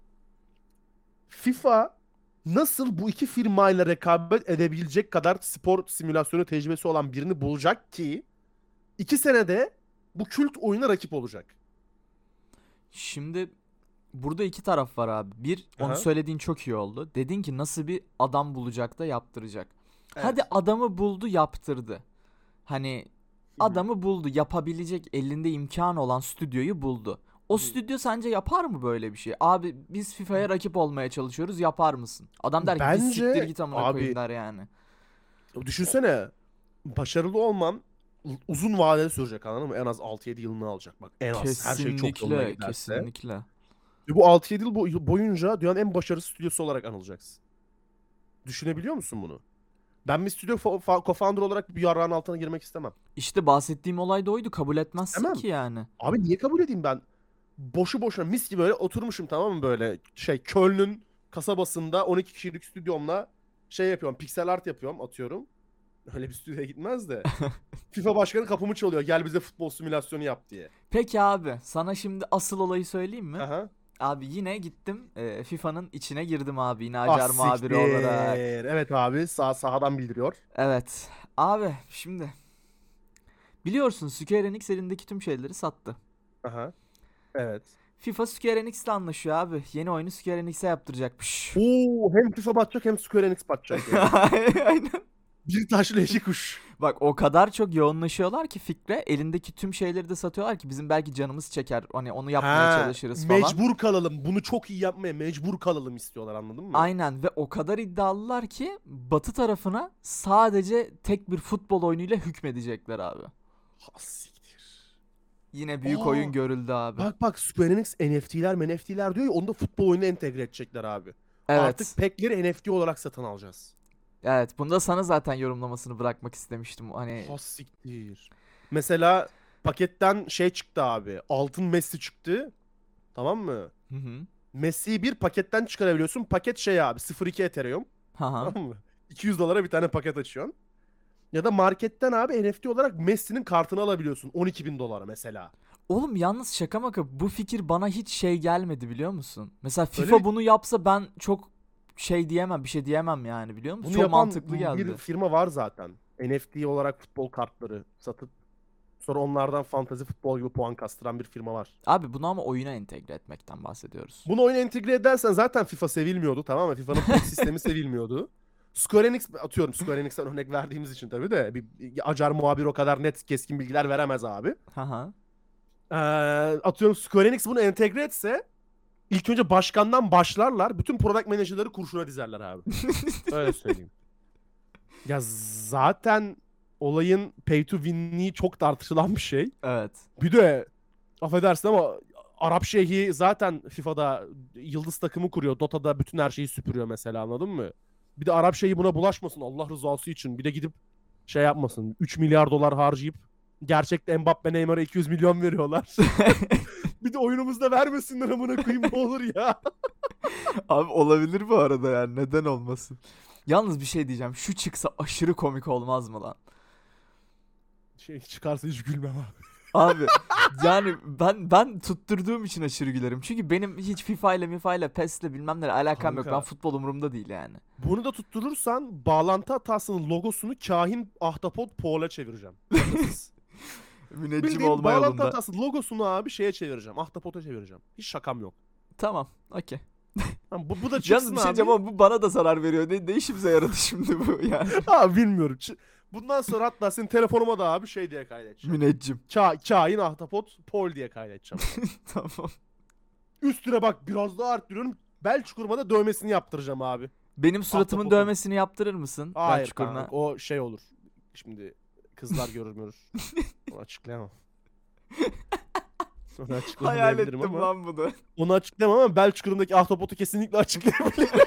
FIFA nasıl bu iki firmayla rekabet edebilecek kadar spor simülasyonu tecrübesi olan birini bulacak ki 2 senede bu kült oyuna rakip olacak. Şimdi burada iki taraf var abi. Bir, onu Aha. söylediğin çok iyi oldu. Dedin ki nasıl bir adam bulacak da yaptıracak. Evet. Hadi adamı buldu, yaptırdı. Hani adamı buldu, yapabilecek elinde imkan olan stüdyoyu buldu. O stüdyo sence yapar mı böyle bir şey? Abi biz FIFA'ya rakip olmaya çalışıyoruz, yapar mısın? Adam der ki bir Bence siktir git amına koyayım abi der yani. düşünsene başarılı olman uzun vadede sürecek, anladın mı? En az 6-7 yılını alacak. Bak en az her şey çok yoluna Kesinlikle, giderse. kesinlikle. Ve bu 6-7 yıl boyunca dünyanın en başarılı stüdyosu olarak anılacaksın. Düşünebiliyor musun bunu? Ben bir stüdyo co-founder olarak bir yarrağın altına girmek istemem. İşte bahsettiğim olay da oydu. Kabul etmezsin İstemem. ki yani. Abi niye kabul edeyim ben? Boşu boşuna mis gibi böyle oturmuşum, tamam mı, böyle Köln'ün kasabasında 12 kişilik stüdyomla şey yapıyorum, piksel art yapıyorum, atıyorum. Öyle bir stüdyoya gitmez de. FIFA başkanı kapımı çalıyor, gel bize futbol simülasyonu yap diye. Peki abi, sana şimdi asıl olayı söyleyeyim mi? Aha. Abi yine gittim FIFA'nın içine girdim abi, yine Ah Acar muhabiri olarak. siktir. Evet abi, sahadan bildiriyor. Evet. Abi şimdi biliyorsun Square Enix elindeki tüm şeyleri sattı. Aha. Evet. FIFA Square Enix'le anlaşıyor abi. Yeni oyunu Square Enix'e yaptıracakmış. Oo, hem FIFA batacak hem Square Enix batacak yani. Aynen. Bir taşla iki kuş. Bak o kadar çok yoğunlaşıyorlar ki fikre, elindeki tüm şeyleri de satıyorlar ki bizim belki canımız çeker. Hani onu yapmaya Ha, çalışırız falan. mecbur kalalım. Bunu çok iyi yapmaya mecbur kalalım istiyorlar, anladın mı? Aynen, ve o kadar iddialılar ki Batı tarafına sadece tek bir futbol oyunuyla hükmedecekler abi. Ha, siktir. Yine büyük Aa, oyun görüldü abi. bak Square Enix NFT'ler diyor ya, onu da futbol oyununa entegre edecekler abi. Artık Evet. pack'leri NFT olarak satın alacağız. Evet, bunda sana zaten yorumlamasını bırakmak istemiştim. Hani Ha siktir. Mesela paketten şey çıktı abi. Altın Messi çıktı. Tamam mı? hı hı. Messi'yi bir paketten çıkarabiliyorsun. Paket şey abi, 0.2 Ethereum. Haha. Tamam mı? 200 dolara bir tane paket açıyorsun. Ya da marketten abi NFT olarak Messi'nin kartını alabiliyorsun. 12.000 dolara mesela. Oğlum yalnız şaka maka bu fikir bana hiç şey gelmedi, biliyor musun? Mesela Öyle FIFA bir- bunu yapsa ben çok şey diyemem, bir şey diyemem yani, biliyor musun? Bunu Çok yapan mantıklı bir geldi. firma var zaten. NFT olarak futbol kartları satıp sonra onlardan fantazi futbol gibi puan kastıran bir firma var. Abi bunu ama oyuna entegre etmekten bahsediyoruz. Bunu oyuna entegre edersen zaten FIFA sevilmiyordu, tamam mı? FIFA'nın PES sistemi sevilmiyordu. Square Enix, atıyorum Square Enix'ten örnek verdiğimiz için tabii de bir acar muhabir o kadar net keskin bilgiler veremez abi. Haha. Atıyorum Square Enix bunu entegre etse ilk önce başkandan başlarlar. Bütün product manager'ları kurşuna dizerler abi. Öyle söyleyeyim. Ya zaten olayın pay to win'liği çok tartışılan bir şey. Evet. Bir de affedersin ama Arap Şeyhi zaten FIFA'da yıldız takımı kuruyor. Dota'da bütün her şeyi süpürüyor mesela, anladın mı? Bir de Arap Şeyhi buna bulaşmasın Allah rızası için. Bir de gidip şey yapmasın. 3 milyar dolar harcayıp gerçekte Mbappe Neymar'a 200 milyon veriyorlar. Bir de oyunumuzda vermesinler amına koyayım, ne olur ya. Abi olabilir bu arada, yani neden olmasın? Yalnız bir şey diyeceğim. Şu çıksa aşırı komik olmaz mı lan? Şey çıkarsa hiç gülmem abi. Abi yani ben tutturduğum için aşırı gülerim. Çünkü benim hiç FIFA ile Mifa ile PES ile bilmem ne alakam yok. Ben Kanka. futbol umurumda değil yani. Bunu da tutturursan bağlantı hatasının logosunu kahin ahtapot Paul'a çevireceğim. Müneccim Bildiğin olma bağlantı yolunda. hatası logosunu abi şeye çevireceğim. Ahtapota çevireceğim. Hiç şakam yok. Tamam, okey. Tamam, bu da Yalnız çıksın bir şey abi. diyeceğim ama bu bana da zarar veriyor. Ne işimize yaradı şimdi bu yani? Abi bilmiyorum. Bundan sonra hatta senin telefonuma da abi şey diye kaydedeceğim. Müneccim. Kain ahtapot Paul diye kaydedeceğim. Tamam. Üstüne bak biraz daha arttırıyorum. Bel çukuruma da dövmesini yaptıracağım abi. Benim suratımın Ahtapotun. dövmesini yaptırır mısın? Ben Hayır çukuruna. kanka, o şey olur. Şimdi kızlar görmüyor. Onu açıklayamam. Onu Hayal açıklayamayabilirim ettim ama. lan bunu. Onu açıklayamam ama bel çukurundaki ahtapotu kesinlikle açıklayabilirim.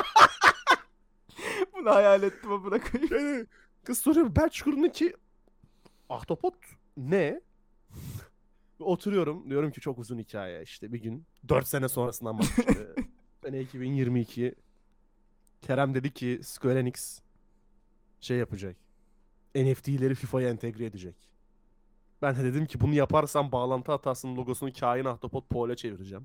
Bunu hayal ettim ama bırakayım. Yani kız soruyor, bel çukurundaki ahtapot ne? Oturuyorum, diyorum ki çok uzun hikaye, işte bir gün 4 sene sonrasından başlıyor. Sene 2022. Kerem dedi ki Square Enix şey yapacak. NFT'leri FIFA'ya entegre edecek. Ben de dedim ki bunu yaparsam bağlantı hatasının logosunu kain ahtapot Paul'e çevireceğim.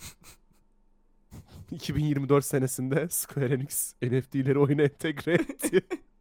2024 senesinde Square Enix NFT'leri oyuna entegre etti.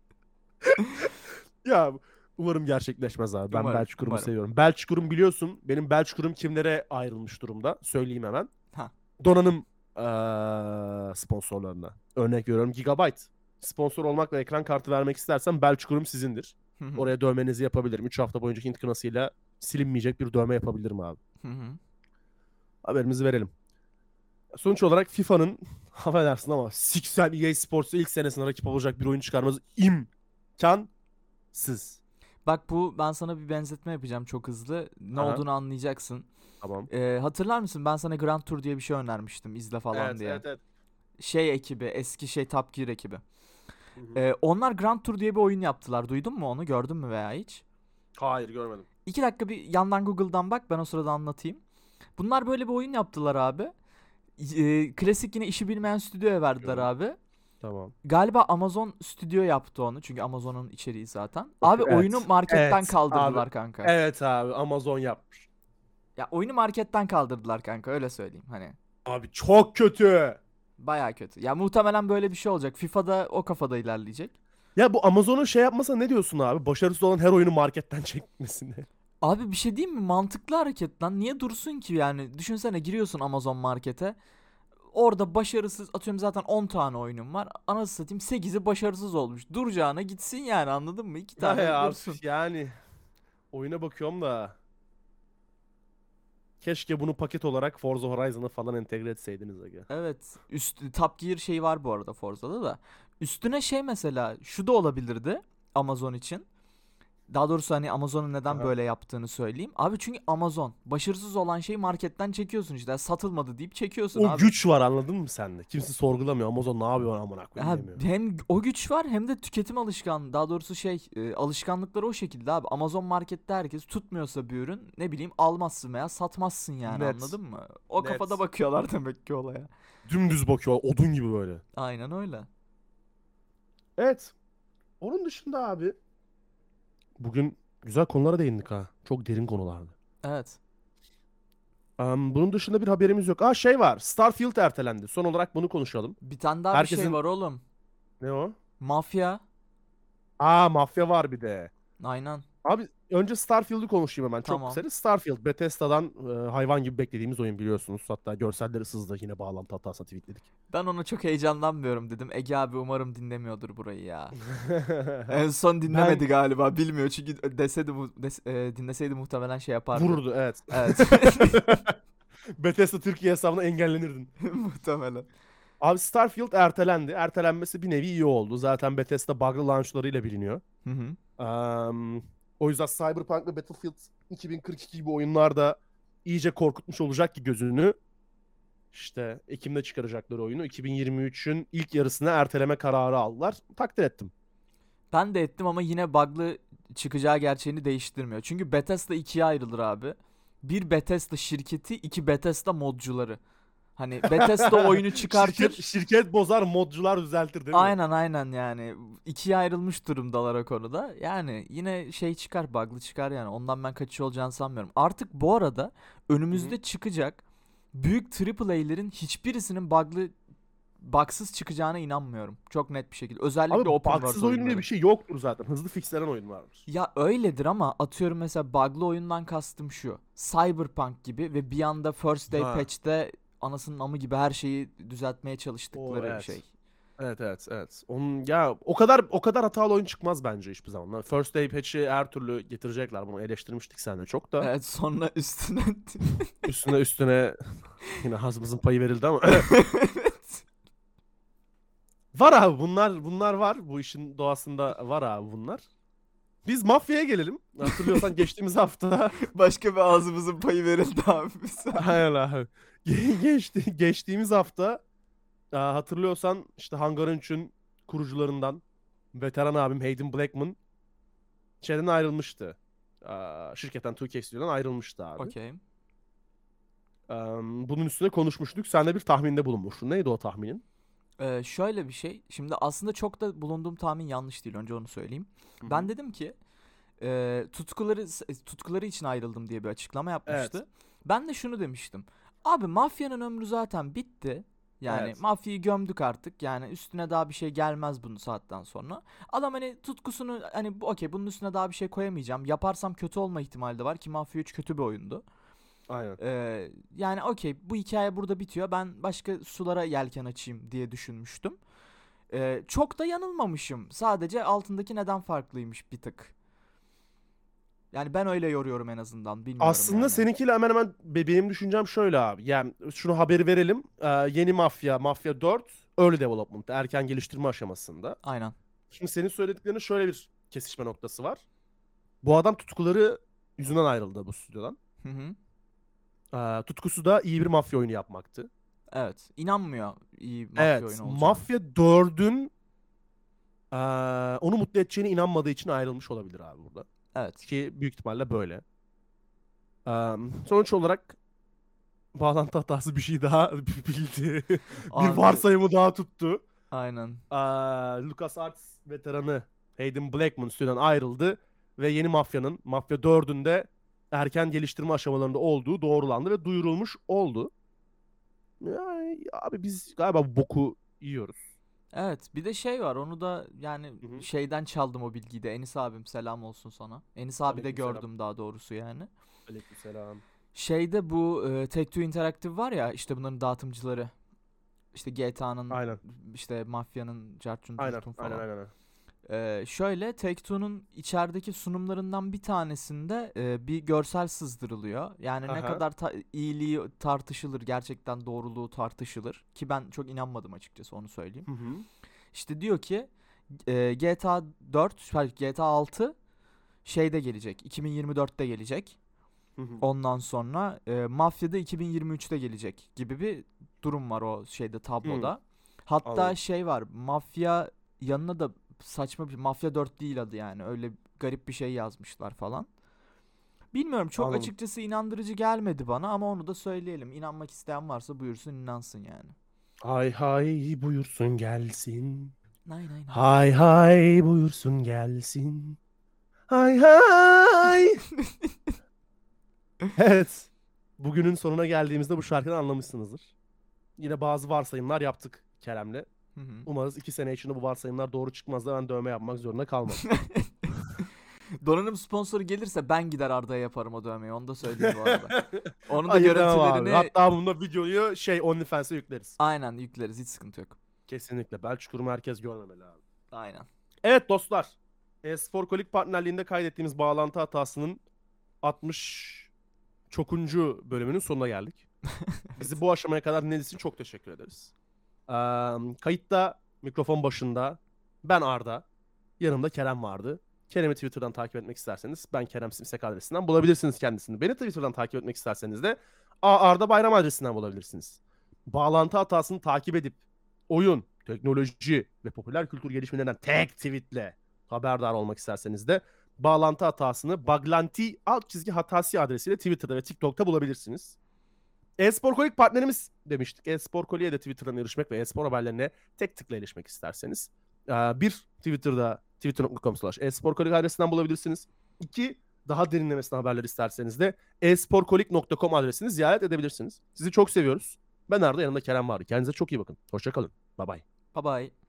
Ya umarım gerçekleşmez abi. Ben Umarım, Belçukur'umu umarım. seviyorum. Belçukur'um biliyorsun. Benim Belçukur'um kimlere ayrılmış durumda? Söyleyeyim hemen. Ha. Donanım sponsorlarına. Örnek veriyorum, Gigabyte. Sponsor olmak ve ekran kartı vermek istersen Belçukur'um sizindir. Hı hı. Oraya dövmenizi yapabilirim. 3 hafta boyunca Hint kınasıyla silinmeyecek bir dövme yapabilirim abi. Hı hı. Haberimizi verelim. Sonuç olarak FIFA'nın affedersin ama 80 EA Sports'u ilk senesinde rakip olacak bir oyun çıkarması imkansız. Bak ben sana bir benzetme yapacağım çok hızlı. Ne Aha. olduğunu anlayacaksın. Tamam. Hatırlar mısın, ben sana Grand Tour diye bir şey önermiştim, izle falan Evet, diye. evet, evet. Şey ekibi, eski Top Gear ekibi. Hı hı. Onlar Grand Tour diye bir oyun yaptılar. Duydun mu onu? Gördün mü veya hiç? Hayır, görmedim. 2 dakika bir yandan Google'dan bak, ben o sırada anlatayım. Bunlar böyle bir oyun yaptılar abi. Klasik yine işi bilmeyen stüdyoya verdiler Bakıyorum. abi. Tamam. Galiba Amazon stüdyo yaptı onu. Çünkü Amazon'un içeriği zaten. Abi Bakıyor. oyunu Evet. marketten Evet abi. kaldırdılar kanka. Evet abi, Amazon yapmış. Ya oyunu marketten kaldırdılar kanka, öyle söyleyeyim hani. Abi çok kötü. Baya kötü. Ya muhtemelen böyle bir şey olacak. FIFA'da o kafada ilerleyecek. Ya bu Amazon'un şey yapmasa ne diyorsun abi? Başarısız olan her oyunu marketten çekmesine. Abi bir şey diyeyim mi? Mantıklı hareket lan. Niye dursun ki yani? Düşünsene, giriyorsun Amazon markete. Orada başarısız, atıyorum zaten 10 tane oyunum var. Anasını satayım 8'i başarısız olmuş. Duracağına gitsin yani, anladın mı? 2 Ya tane abi, dursun. yani oyuna bakıyorum da keşke bunu paket olarak Forza Horizon'a falan entegre etseydiniz aga. Evet. Top Gear şey var bu arada Forza'da da. Üstüne şey, mesela şu da olabilirdi Amazon için. Daha doğrusu hani Amazon'un neden Aha. böyle yaptığını söyleyeyim. Abi çünkü Amazon başarısız olan şeyi marketten çekiyorsun işte. Satılmadı deyip çekiyorsun O abi. güç var, anladın mı sen de? Kimse sorgulamıyor. Amazon ne yapıyor amına koyayım Ha, demiyor. hem o güç var hem de tüketim alışkanlığı. Daha doğrusu alışkanlıkları o şekilde abi. Amazon markette herkes tutmuyorsa bir ürün, ne bileyim, almazsın veya satmazsın yani, Net. anladın mı? O kafada Net. bakıyorlar demek ki olaya. Dümdüz bakıyor. Odun gibi böyle. Aynen öyle. Evet. Onun dışında abi bugün güzel konulara değindik ha. Çok derin konulardı. Evet. Bunun dışında bir haberimiz yok. Şey var. Starfield ertelendi. Son olarak bunu konuşalım. Bir tane daha bir şey Herkesin... var oğlum. Ne o? Mafya. Mafya var bir de. Aynen. Abi önce Starfield'ı konuşayım hemen çok Tamam. kısa. Starfield, Bethesda'dan hayvan gibi beklediğimiz oyun biliyorsunuz. Hatta görselleri sızdı, yine bağlantı hatası tweetledik. Ben ona çok heyecanlanmıyorum dedim. Ege abi umarım dinlemiyordur burayı ya. En son dinlemedi Ben galiba, bilmiyor çünkü dinleseydi muhtemelen şey yapardı. vururdu, evet. Evet. Bethesda Türkiye hesabına engellenirdin. Muhtemelen. Abi Starfield ertelendi. Ertelenmesi bir nevi iyi oldu. Zaten Bethesda bug'lı launchlarıyla biliniyor. Hı hı. Am, O yüzden Cyberpunk ve Battlefield 2042 gibi oyunlar da iyice korkutmuş olacak ki gözünü. İşte Ekim'de çıkaracakları oyunu 2023'ün ilk yarısına erteleme kararı aldılar. Takdir ettim. Ben de ettim ama yine bug'lı çıkacağı gerçeğini değiştirmiyor. Çünkü Bethesda ikiye ayrılır abi. Bir Bethesda şirketi, iki Bethesda modcuları. Hani Bethesda oyunu Şirket çıkartır. şirket bozar, modcular düzeltir değil mi? Aynen aynen yani. İkiye ayrılmış durumdalar o konuda. Yani yine şey çıkar, bug'lı çıkar yani. Ondan ben kaçış olacağını sanmıyorum. Artık bu arada Hı hı. önümüzde çıkacak büyük AAA'lerin hiçbirisinin bugsız çıkacağına inanmıyorum. Çok net bir şekilde. Özellikle Abi open bugsız world oyun diye bir oyunları. şey yoktur zaten. Hızlı fixlenen oyun vardır. Ya öyledir ama atıyorum mesela bug'lı oyundan kastım şu. Cyberpunk gibi ve bir anda First Day Ha. Patch'te anasının amı gibi her şeyi düzeltmeye O çalıştıkları evet. şey. Evet, evet, evet. Onun ya o kadar hatalı oyun çıkmaz bence hiçbir zaman. First Day Patch'i her türlü getirecekler. Bunu eleştirmiştik seninle çok da. Evet, sonra üstüne Üstüne yine hazımızın payı verildi ama. evet. Var abi, bunlar var. Bu işin doğasında var abi bunlar. Biz mafyaya gelelim. Hatırlıyorsan geçtiğimiz hafta Başka bir ağzımızın payı verildi abi bize. hayır abi. Geçtiğimiz hafta hatırlıyorsan işte Hangar 3'ün kurucularından veteran abim Hayden Blackman şeyden ayrılmıştı. Şirketten 2K Studio'dan ayrılmıştı abi. Okey. Bunun üstüne konuşmuştuk. Sen de bir tahminde bulunmuştun. Neydi o tahminin? Şöyle bir şey. Şimdi aslında çok da bulunduğum tahmin yanlış değil. Önce onu söyleyeyim. Hı Ben hı. dedim ki tutkuları için ayrıldım diye bir açıklama Evet. yapmıştı. Ben de şunu demiştim. Abi mafyanın ömrü zaten bitti. Yani Evet. mafyayı gömdük artık. Yani üstüne daha bir şey gelmez bunun saatten sonra. Adam hani tutkusunu, hani okey, bunun üstüne daha bir şey koyamayacağım. Yaparsam kötü olma ihtimali de var ki Mafya 3 kötü bir oyundu. Aynen. Yani okey, bu hikaye burada bitiyor. Ben başka sulara yelken açayım diye düşünmüştüm. Çok da yanılmamışım. Sadece altındaki neden farklıymış bir tık. Yani ben öyle yoruyorum en azından. Bilmiyorum Aslında yani. seninkiyle hemen hemen benim düşüncem şöyle abi. Yani şunu haberi verelim. Yeni Mafya 4 Early Development, erken geliştirme aşamasında. Aynen. Şimdi senin söylediklerinin şöyle bir kesişme noktası var. Bu adam tutkuları yüzünden ayrıldı bu stüdyodan. Hı hı. Tutkusu da iyi bir mafya oyunu yapmaktı. Evet. İnanmıyor iyi mafya Evet, oyunu olacağını. Mafya 4'ün Onu mutlu edeceğine inanmadığı için ayrılmış olabilir abi burada. Evet. Ki büyük ihtimalle böyle. Sonuç olarak bağlantı hatası bir şey daha bildi. Bir Abi varsayımı daha tuttu. aynen. LucasArts veteranı Hayden Blackman stüdyodan ayrıldı ve yeni Mafya 4'ün de erken geliştirme aşamalarında olduğu doğrulandı ve duyurulmuş oldu. Yani, abi biz galiba bu boku yiyoruz. Evet, bir de şey var, onu da yani Hı hı. şeyden çaldım o bilgiyi de. Enis abim selam olsun sana. Enis abi de Aleykümselam. gördüm daha doğrusu yani. Aleykümselam. Şeyde bu Take-Two Interactive var ya, işte bunların dağıtımcıları. İşte GTA'nın, Aynen. işte Mafya'nın, Cartun Aynen. Curtun Aynen. falan. Aynen. Şöyle Take-Two'nun içerideki sunumlarından bir tanesinde bir görsel sızdırılıyor. Yani ne Aha. kadar iyiliği tartışılır, gerçekten doğruluğu tartışılır. Ki ben çok inanmadım açıkçası, onu söyleyeyim. Hı hı. İşte diyor ki GTA 4, GTA 6 şeyde gelecek. 2024'te gelecek. Hı hı. Ondan sonra Mafya'da 2023'te gelecek gibi bir durum var o şeyde, Hı. tabloda. Hatta Anladım. şey var. Mafya yanına da saçma bir Mafya 4 değil adı yani. Öyle garip bir şey yazmışlar falan. Bilmiyorum, çok Anladım. açıkçası inandırıcı gelmedi bana ama onu da söyleyelim. İnanmak isteyen varsa buyursun inansın yani. Hay hay buyursun gelsin. Nay nay nay. Hay hay buyursun gelsin. Hay hay. Evet. Bugünün sonuna geldiğimizde bu şarkıdan anlamışsınızdır. Yine bazı varsayımlar yaptık Kerem'le. Hı hı. Umarız 2 sene içinde bu varsayımlar doğru çıkmaz da ben dövme yapmak zorunda kalmam. Donanım sponsoru gelirse ben gider Arda'ya yaparım o dövmeyi. Onu da söyleyeyim bu arada. Onun da Hayır demem abi. görüntülerini Hatta bunda videoyu OnlyFans'e yükleriz. aynen yükleriz. Hiç sıkıntı yok. Kesinlikle. Belçukur'u herkes görmemeli abi. Aynen. Evet dostlar. Espor Kolik partnerliğinde kaydettiğimiz bağlantı hatasının 60 çokuncu bölümünün sonuna geldik. Bizi bu aşamaya kadar dinlediğiniz için çok teşekkür ederiz. Kayıtta mikrofon başında ben Arda. Yanımda Kerem vardı. Kerem'i Twitter'dan takip etmek isterseniz ben Kerem Simsek adresinden bulabilirsiniz kendisini. Beni Twitter'dan takip etmek isterseniz de Arda Bayram adresinden bulabilirsiniz. Bağlantı hatasını takip edip oyun, teknoloji ve popüler kültür gelişmelerinden tek tweetle haberdar olmak isterseniz de bağlantı hatasını Baglanti _hatasi adresiyle Twitter'da ve TikTok'ta bulabilirsiniz. Espor Kolik partnerimiz demiştik. Espor Kolik'e de Twitter'dan erişmek ve espor haberlerine tek tıkla erişmek isterseniz. Bir, Twitter'da twitter.com/esporkolik adresinden bulabilirsiniz. İki, daha derinlemesine haberler isterseniz de esporkolik.com adresini ziyaret edebilirsiniz. Sizi çok seviyoruz. Ben Arda, yanımda Kerem vardı. Kendinize çok iyi bakın. Hoşçakalın. Bye bye. Bye bye.